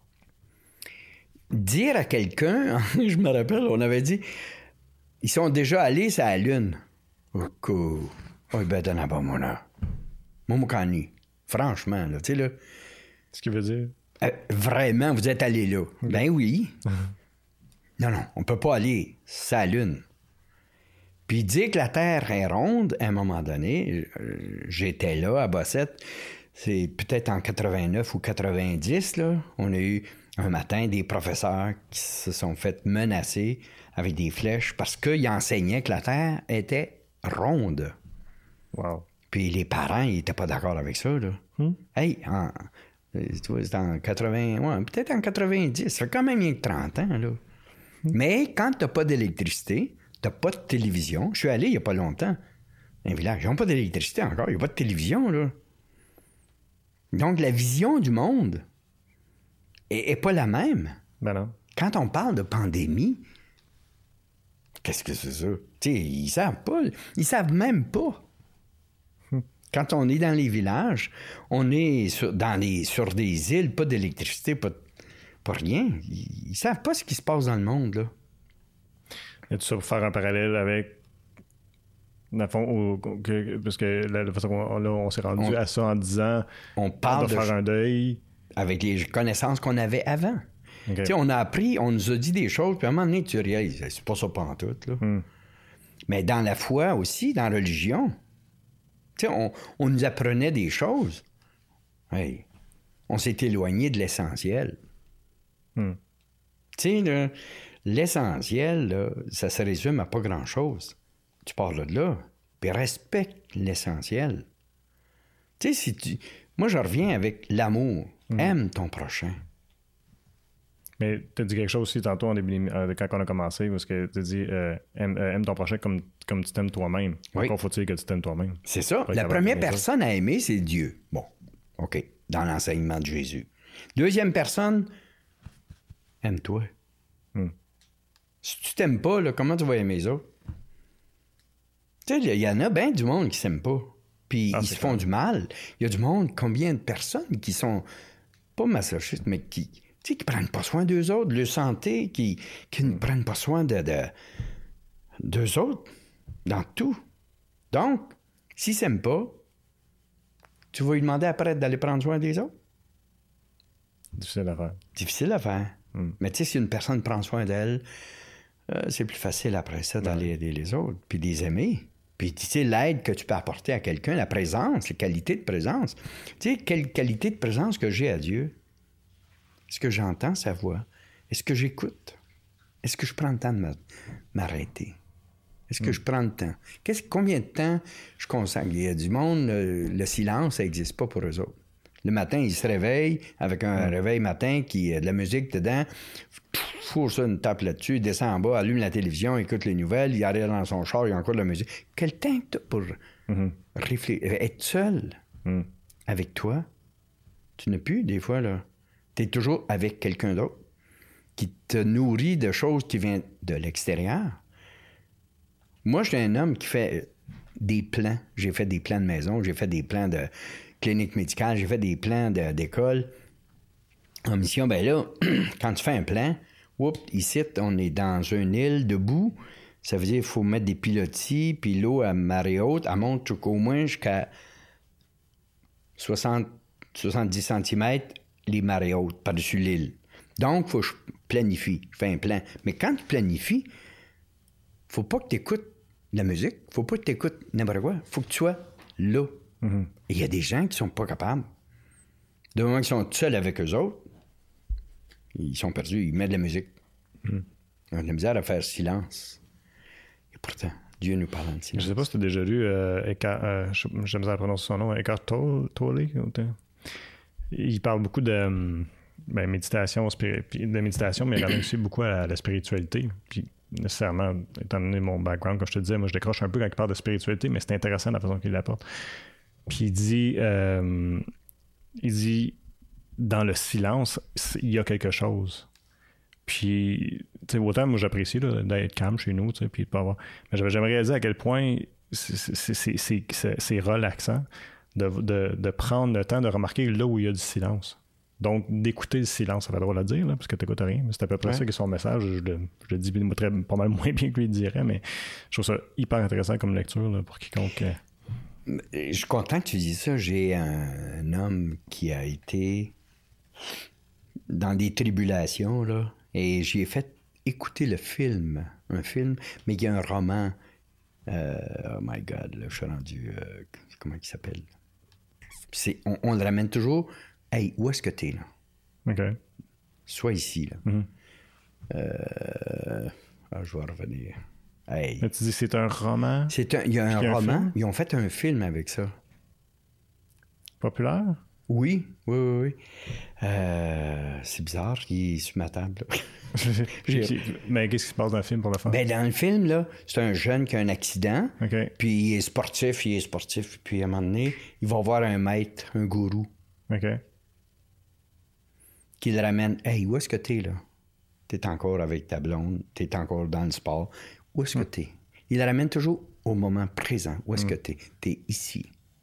Dire à quelqu'un, je me rappelle, on avait dit, ils sont déjà allés sur la Lune. Oh, cool. Oh, ben, t'en as pas, mon là. Mon mocani. Franchement, là, tu sais, là. Ce qui veut dire... Euh, vraiment, vous êtes allé là? Okay. Ben oui. non, non, on peut pas aller sur la Lune. Puis dire que la Terre est ronde, à un moment donné, euh, j'étais là à Bossette, c'est peut-être en quatre-vingt-neuf ou quatre-vingt-dix, là, on a eu un matin des professeurs qui se sont fait menacer avec des flèches parce qu'ils enseignaient que la Terre était ronde. Wow. Puis les parents, ils étaient pas d'accord avec ça, là. Hmm? Hey, en... Tu vois, c'est en quatre-vingts, ouais, peut-être en quatre-vingt-dix, ça fait quand même bien que trente ans, là. Mm. Mais quand t'as pas d'électricité, t'as pas de télévision. Je suis allé il y a pas longtemps dans un village, ils n'ont pas d'électricité encore, il n'y a pas de télévision, là. Donc, la vision du monde est, est pas la même. Ben non. Quand on parle de pandémie, qu'est-ce que c'est ça? Tu sais, ils savent pas. Ils savent même pas. Hum. Quand on est dans les villages, on est sur, dans les, sur des îles, pas d'électricité, pas, pas rien. Ils, ils savent pas ce qui se passe dans le monde, là. Et tout ça pour faire un parallèle avec... Dans le fond, au, que, parce que la, la façon qu'on là, on s'est rendu on, à ça en disant... On parle de faire un deuil... Avec les connaissances qu'on avait avant. Okay. Tu sais, on a appris, on nous a dit des choses, puis à un moment donné, tu réalises, c'est pas ça pantoute, là. Mm. Mais dans la foi aussi, dans la religion, tu sais, on, on nous apprenait des choses. Hey, on s'est éloigné de l'essentiel. Mm. Tu sais, là, l'essentiel, là, ça se résume à pas grand-chose. Tu parles de là, puis respecte l'essentiel. Tu sais, si tu... Moi, je reviens avec l'amour. Mm. Aime ton prochain. Mais tu as dit quelque chose aussi tantôt en début, euh, quand on a commencé, parce que tu as dit euh, aime, euh, aime ton prochain comme, comme tu t'aimes toi-même. Oui. Encore faut-il que tu t'aimes toi-même. C'est ça. La première personne à aimer, c'est Dieu. Bon, OK, dans l'enseignement de Jésus. Deuxième personne, aime-toi. Hmm. Si tu t'aimes pas, là, comment tu vas aimer les autres? Tu sais, il y en a bien du monde qui s'aiment pas. Puis ah, ils se font clair. Du mal. Il y a du monde, combien de personnes qui sont pas masochistes, mais qui... qui ne prennent pas soin d'eux autres, de leur santé, qui, qui ne prennent pas soin de, de, d'eux autres, dans tout. Donc, s'ils ne s'aiment pas, tu vas lui demander après d'aller prendre soin des autres? Difficile à faire. Difficile à faire. Mm. Mais tu sais, si une personne prend soin d'elle, euh, c'est plus facile après ça d'aller aider les autres, puis de les aimer. Puis, tu sais, l'aide que tu peux apporter à quelqu'un, la présence, la qualité de présence. Tu sais, quelle qualité de présence que j'ai à Dieu? Est-ce que j'entends sa voix? Est-ce que j'écoute? Est-ce que je prends le temps de m'arrêter? Est-ce que mm. je prends le temps? Qu'est-ce, combien de temps je consacre? Il y a du monde, le, le silence, ça n'existe pas pour eux autres. Le matin, ils se réveillent avec un mm. réveil matin qui a de la musique dedans, fourre ça une tape là-dessus, il descend en bas, allume la télévision, écoute les nouvelles, il arrive dans son char, il y a encore de la musique. Quel temps que tu as pour mm-hmm. réfléchir? Être seul mm. avec toi? Tu n'as plus, des fois, là. Tu es toujours avec quelqu'un d'autre qui te nourrit de choses qui viennent de l'extérieur. Moi, je suis un homme qui fait des plans. J'ai fait des plans de maison, j'ai fait des plans de clinique médicale, j'ai fait des plans de, d'école. En mission, ben là, quand tu fais un plan, oups, ici, on est dans une île debout. Ça veut dire qu'il faut mettre des pilotis, puis l'eau à marée haute, elle monte au moins jusqu'à soixante, soixante-dix centimètres les marées hautes par-dessus l'île. Donc, il faut que je planifie. Je fais un plan. Mais quand tu planifies, faut pas que tu écoutes la musique. Faut pas que tu écoutes n'importe quoi. Faut que tu sois là. Mm-hmm. Et il y a des gens qui sont pas capables. De moment qu'ils sont seuls avec eux autres, ils sont perdus. Ils mettent de la musique. Mm-hmm. Ils ont de la misère à faire silence. Et pourtant, Dieu nous parle en silence. Je sais pas si tu as déjà lu euh, Eckhart, euh, j'aime ça prononcer son nom, Eckhart Tolle. Tolle il parle beaucoup de ben, méditation, de méditation, mais il ramène aussi beaucoup à la, à la spiritualité. Puis nécessairement, étant donné mon background, comme je te disais, moi je décroche un peu quand il parle de spiritualité, mais c'est intéressant la façon qu'il l'apporte. Puis il dit, euh, il dit, dans le silence, il y a quelque chose. Puis, tu sais, autant moi j'apprécie là, d'être calme chez nous, tu sais, puis de pas avoir. Mais j'avais jamais réalisé à quel point c'est, c'est, c'est, c'est, c'est, c'est relaxant. De, de, de prendre le temps de remarquer là où il y a du silence. Donc, d'écouter le silence, ça fait drôle à dire, là, parce que tu n'écoutes rien. Mais c'est à peu près ouais. ça qui est son message. Je le, je le dis très, pas mal moins bien que lui le dirait, mais je trouve ça hyper intéressant comme lecture là, pour quiconque. Je suis content que tu dises ça. J'ai un, un homme qui a été dans des tribulations, là, et j'y ai fait écouter le film. Un film, mais il y a un roman. Euh, oh my God, là, je suis rendu... Euh, comment il s'appelle? C'est, on, on le ramène toujours. Hey, où est-ce que t'es, là? OK. Sois ici, là. Mm-hmm. Euh... Ah, je vais revenir. Hey. Mais tu dis que c'est un roman? C'est un, il y a un roman. Un Ils ont fait un film avec ça. Populaire? Oui, oui, oui, oui. Euh, c'est bizarre, il est sur ma table. Mais qu'est-ce qui se passe dans le film pour le faire? Ben, dans le film, là, c'est un jeune qui a un accident, okay. Puis il est sportif, il est sportif, puis à un moment donné, il va voir un maître, un gourou. OK. Qui le ramène. Hey, où est-ce que t'es, là? T'es encore avec ta blonde, t'es encore dans le sport. Où est-ce mm. que t'es? Il le ramène toujours au moment présent. Où est-ce mm. que t'es? T'es ici.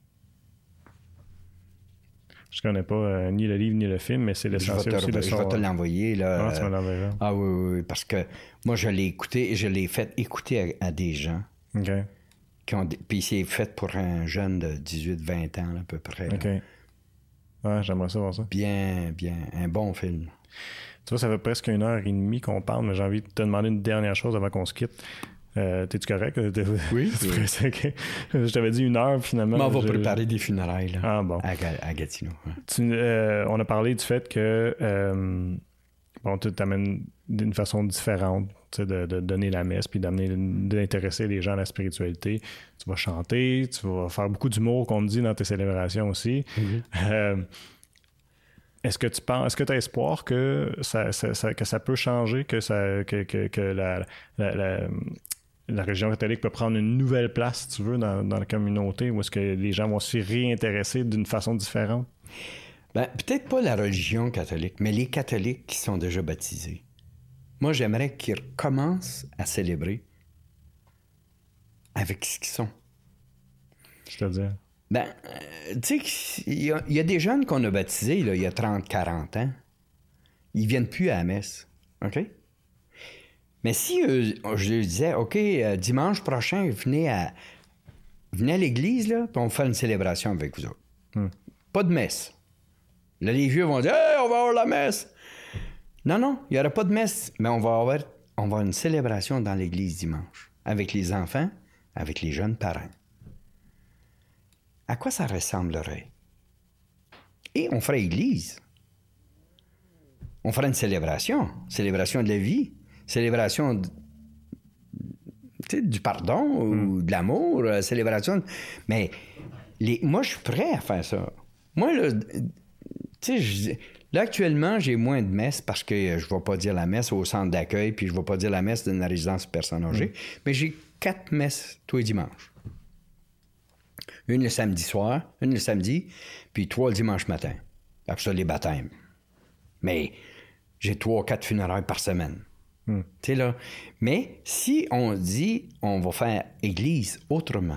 Je connais pas euh, ni le livre ni le film, mais c'est l'essentiel aussi de son... Je vais te l'envoyer, là. Ah, tu me l'enverras. Ah oui, oui, oui, parce que moi, je l'ai écouté et je l'ai fait écouter à, à des gens. OK. Qui ont... Puis c'est fait pour un jeune de dix-huit vingt ans, là, à peu près. Là. OK. Ouais, j'aimerais ça voir ça. Bien, bien. Un bon film. Tu vois, ça fait presque une heure et demie qu'on parle, mais j'ai envie de te demander une dernière chose avant qu'on se quitte. Euh, T'es-tu correct? Oui. oui. Okay. Je t'avais dit une heure, finalement. Mais on va je... préparer des funérailles là, ah, bon. à, à Gatineau. Ouais. Tu, euh, on a parlé du fait que euh, bon, tu t'amènes d'une façon différente de, de donner la messe puis d'amener d'intéresser les gens à la spiritualité. Tu vas chanter, tu vas faire beaucoup d'humour, qu'on me dit, dans tes célébrations aussi. Mm-hmm. Euh, Est-ce que tu penses, est-ce que tu as espoir que ça, ça, ça, que ça peut changer, que, ça, que, que, que la, la, la, la religion catholique peut prendre une nouvelle place, si tu veux, dans, dans la communauté, ou est-ce que les gens vont s'y réintéresser d'une façon différente? Ben, peut-être pas la religion catholique, mais les catholiques qui sont déjà baptisés. Moi, j'aimerais qu'ils recommencent à célébrer avec ce qu'ils sont. C'est-à-dire? Ben, euh, tu sais, il y, y a des jeunes qu'on a baptisés là, il y a trente quarante ans. Ils viennent plus à la messe. OK? Mais si euh, je leur disais, OK, euh, dimanche prochain, venez à, venez à l'église, là, puis on fait une célébration avec vous autres. Hmm. Pas de messe. Là, les vieux vont dire, hey, on va avoir la messe. Non, non, il n'y aura pas de messe, mais on va avoir, on va avoir une célébration dans l'église dimanche, avec les enfants, avec les jeunes parents. À quoi ça ressemblerait? Et on ferait église. On ferait une célébration. Célébration de la vie. Célébration de, du pardon mm. ou de l'amour. Célébration... De... Mais les... moi, je suis prêt à faire ça. Moi, là, tu sais, là, actuellement, j'ai moins de messes parce que je ne vais pas dire la messe au centre d'accueil puis je ne vais pas dire la messe d'une résidence personne âgée. Mm. Mais j'ai quatre messes tous les dimanches. Une le samedi soir, une le samedi, puis trois le dimanche matin. Après ça, les baptêmes. Mais j'ai trois ou quatre funérailles par semaine. Mm. Tu sais, là. Mais si on dit on va faire église autrement,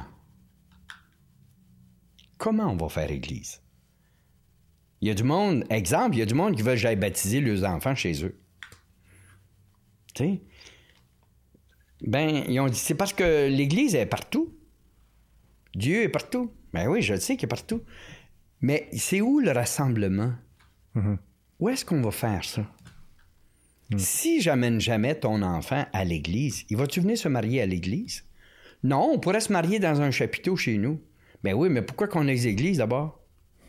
comment on va faire église? Il y a du monde, exemple, il y a du monde qui veut que j'aille baptiser leurs enfants chez eux. Tu sais? Ben, ils ont dit, c'est parce que l'église est partout. Dieu est partout. Ben oui, je le sais qu'il est partout. Mais c'est où le rassemblement? Mm-hmm. Où est-ce qu'on va faire ça? Mm. Si j'amène jamais ton enfant à l'église, il va-tu venir se marier à l'église? Non, on pourrait se marier dans un chapiteau chez nous. Ben oui, mais pourquoi qu'on ait des églises d'abord?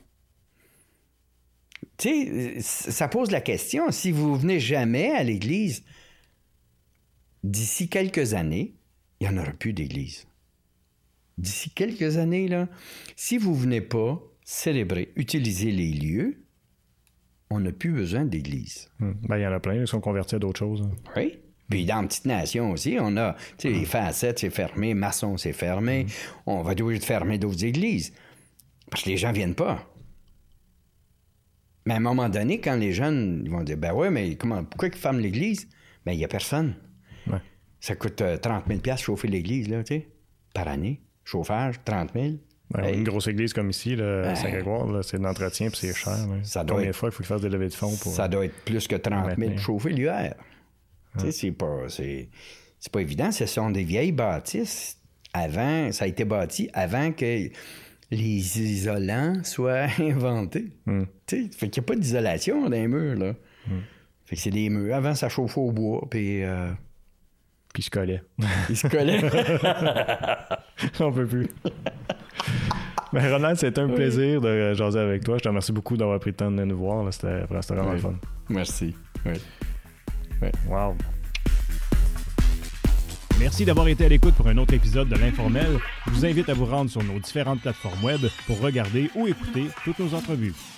Tu sais, ça pose la question. Si vous venez jamais à l'église, d'ici quelques années, il n'y en aura plus d'église. D'ici quelques années, là, si vous ne venez pas célébrer, utiliser les lieux, on n'a plus besoin d'église. Hum. Ben, il y en a plein qui sont convertis à d'autres choses. Hein. Oui. Puis dans Petite Nation aussi, on a, tu sais, hum. les facettes, c'est fermé, Maçon, c'est fermé. Hum. On va être obligé de fermer d'autres églises. Parce que les gens ne viennent pas. Mais à un moment donné, quand les jeunes ils vont dire, ben ouais, mais comment, pourquoi ils ferment l'église? Ben, il n'y a personne. Ouais. Ça coûte euh, trente mille dollars chauffer l'église, là, tu sais, par année. Chauffage, trente mille. Ouais, hey. Une grosse église comme ici, là, ben, Saint-Grégoire, là, c'est de l'entretien puis c'est cher. Ça doit Combien être, de fois il faut qu'il fasse des levées de fonds pour. Ça doit être plus que trente mille pour chauffer l'hiver. Ouais. Tu sais, c'est pas, c'est, c'est pas évident. Ce sont des vieilles bâtisses. Avant, ça a été bâti avant que les isolants soient inventés. Mm. Tu sais, fait qu'il n'y a pas d'isolation dans les murs, là. Mm. Fait que c'est des murs. Avant, ça chauffait au bois, puis. Euh... Puis il se collait. Il se collait. On peut plus. Mais Ronald, c'était un oui. plaisir de jaser avec toi. Je te remercie beaucoup d'avoir pris le temps de nous voir. Là. C'était, c'était vraiment oui. fun. Merci. Oui. Oui. Wow. Merci d'avoir été à l'écoute pour un autre épisode de l'Informel. Je vous invite à vous rendre sur nos différentes plateformes web pour regarder ou écouter toutes nos entrevues.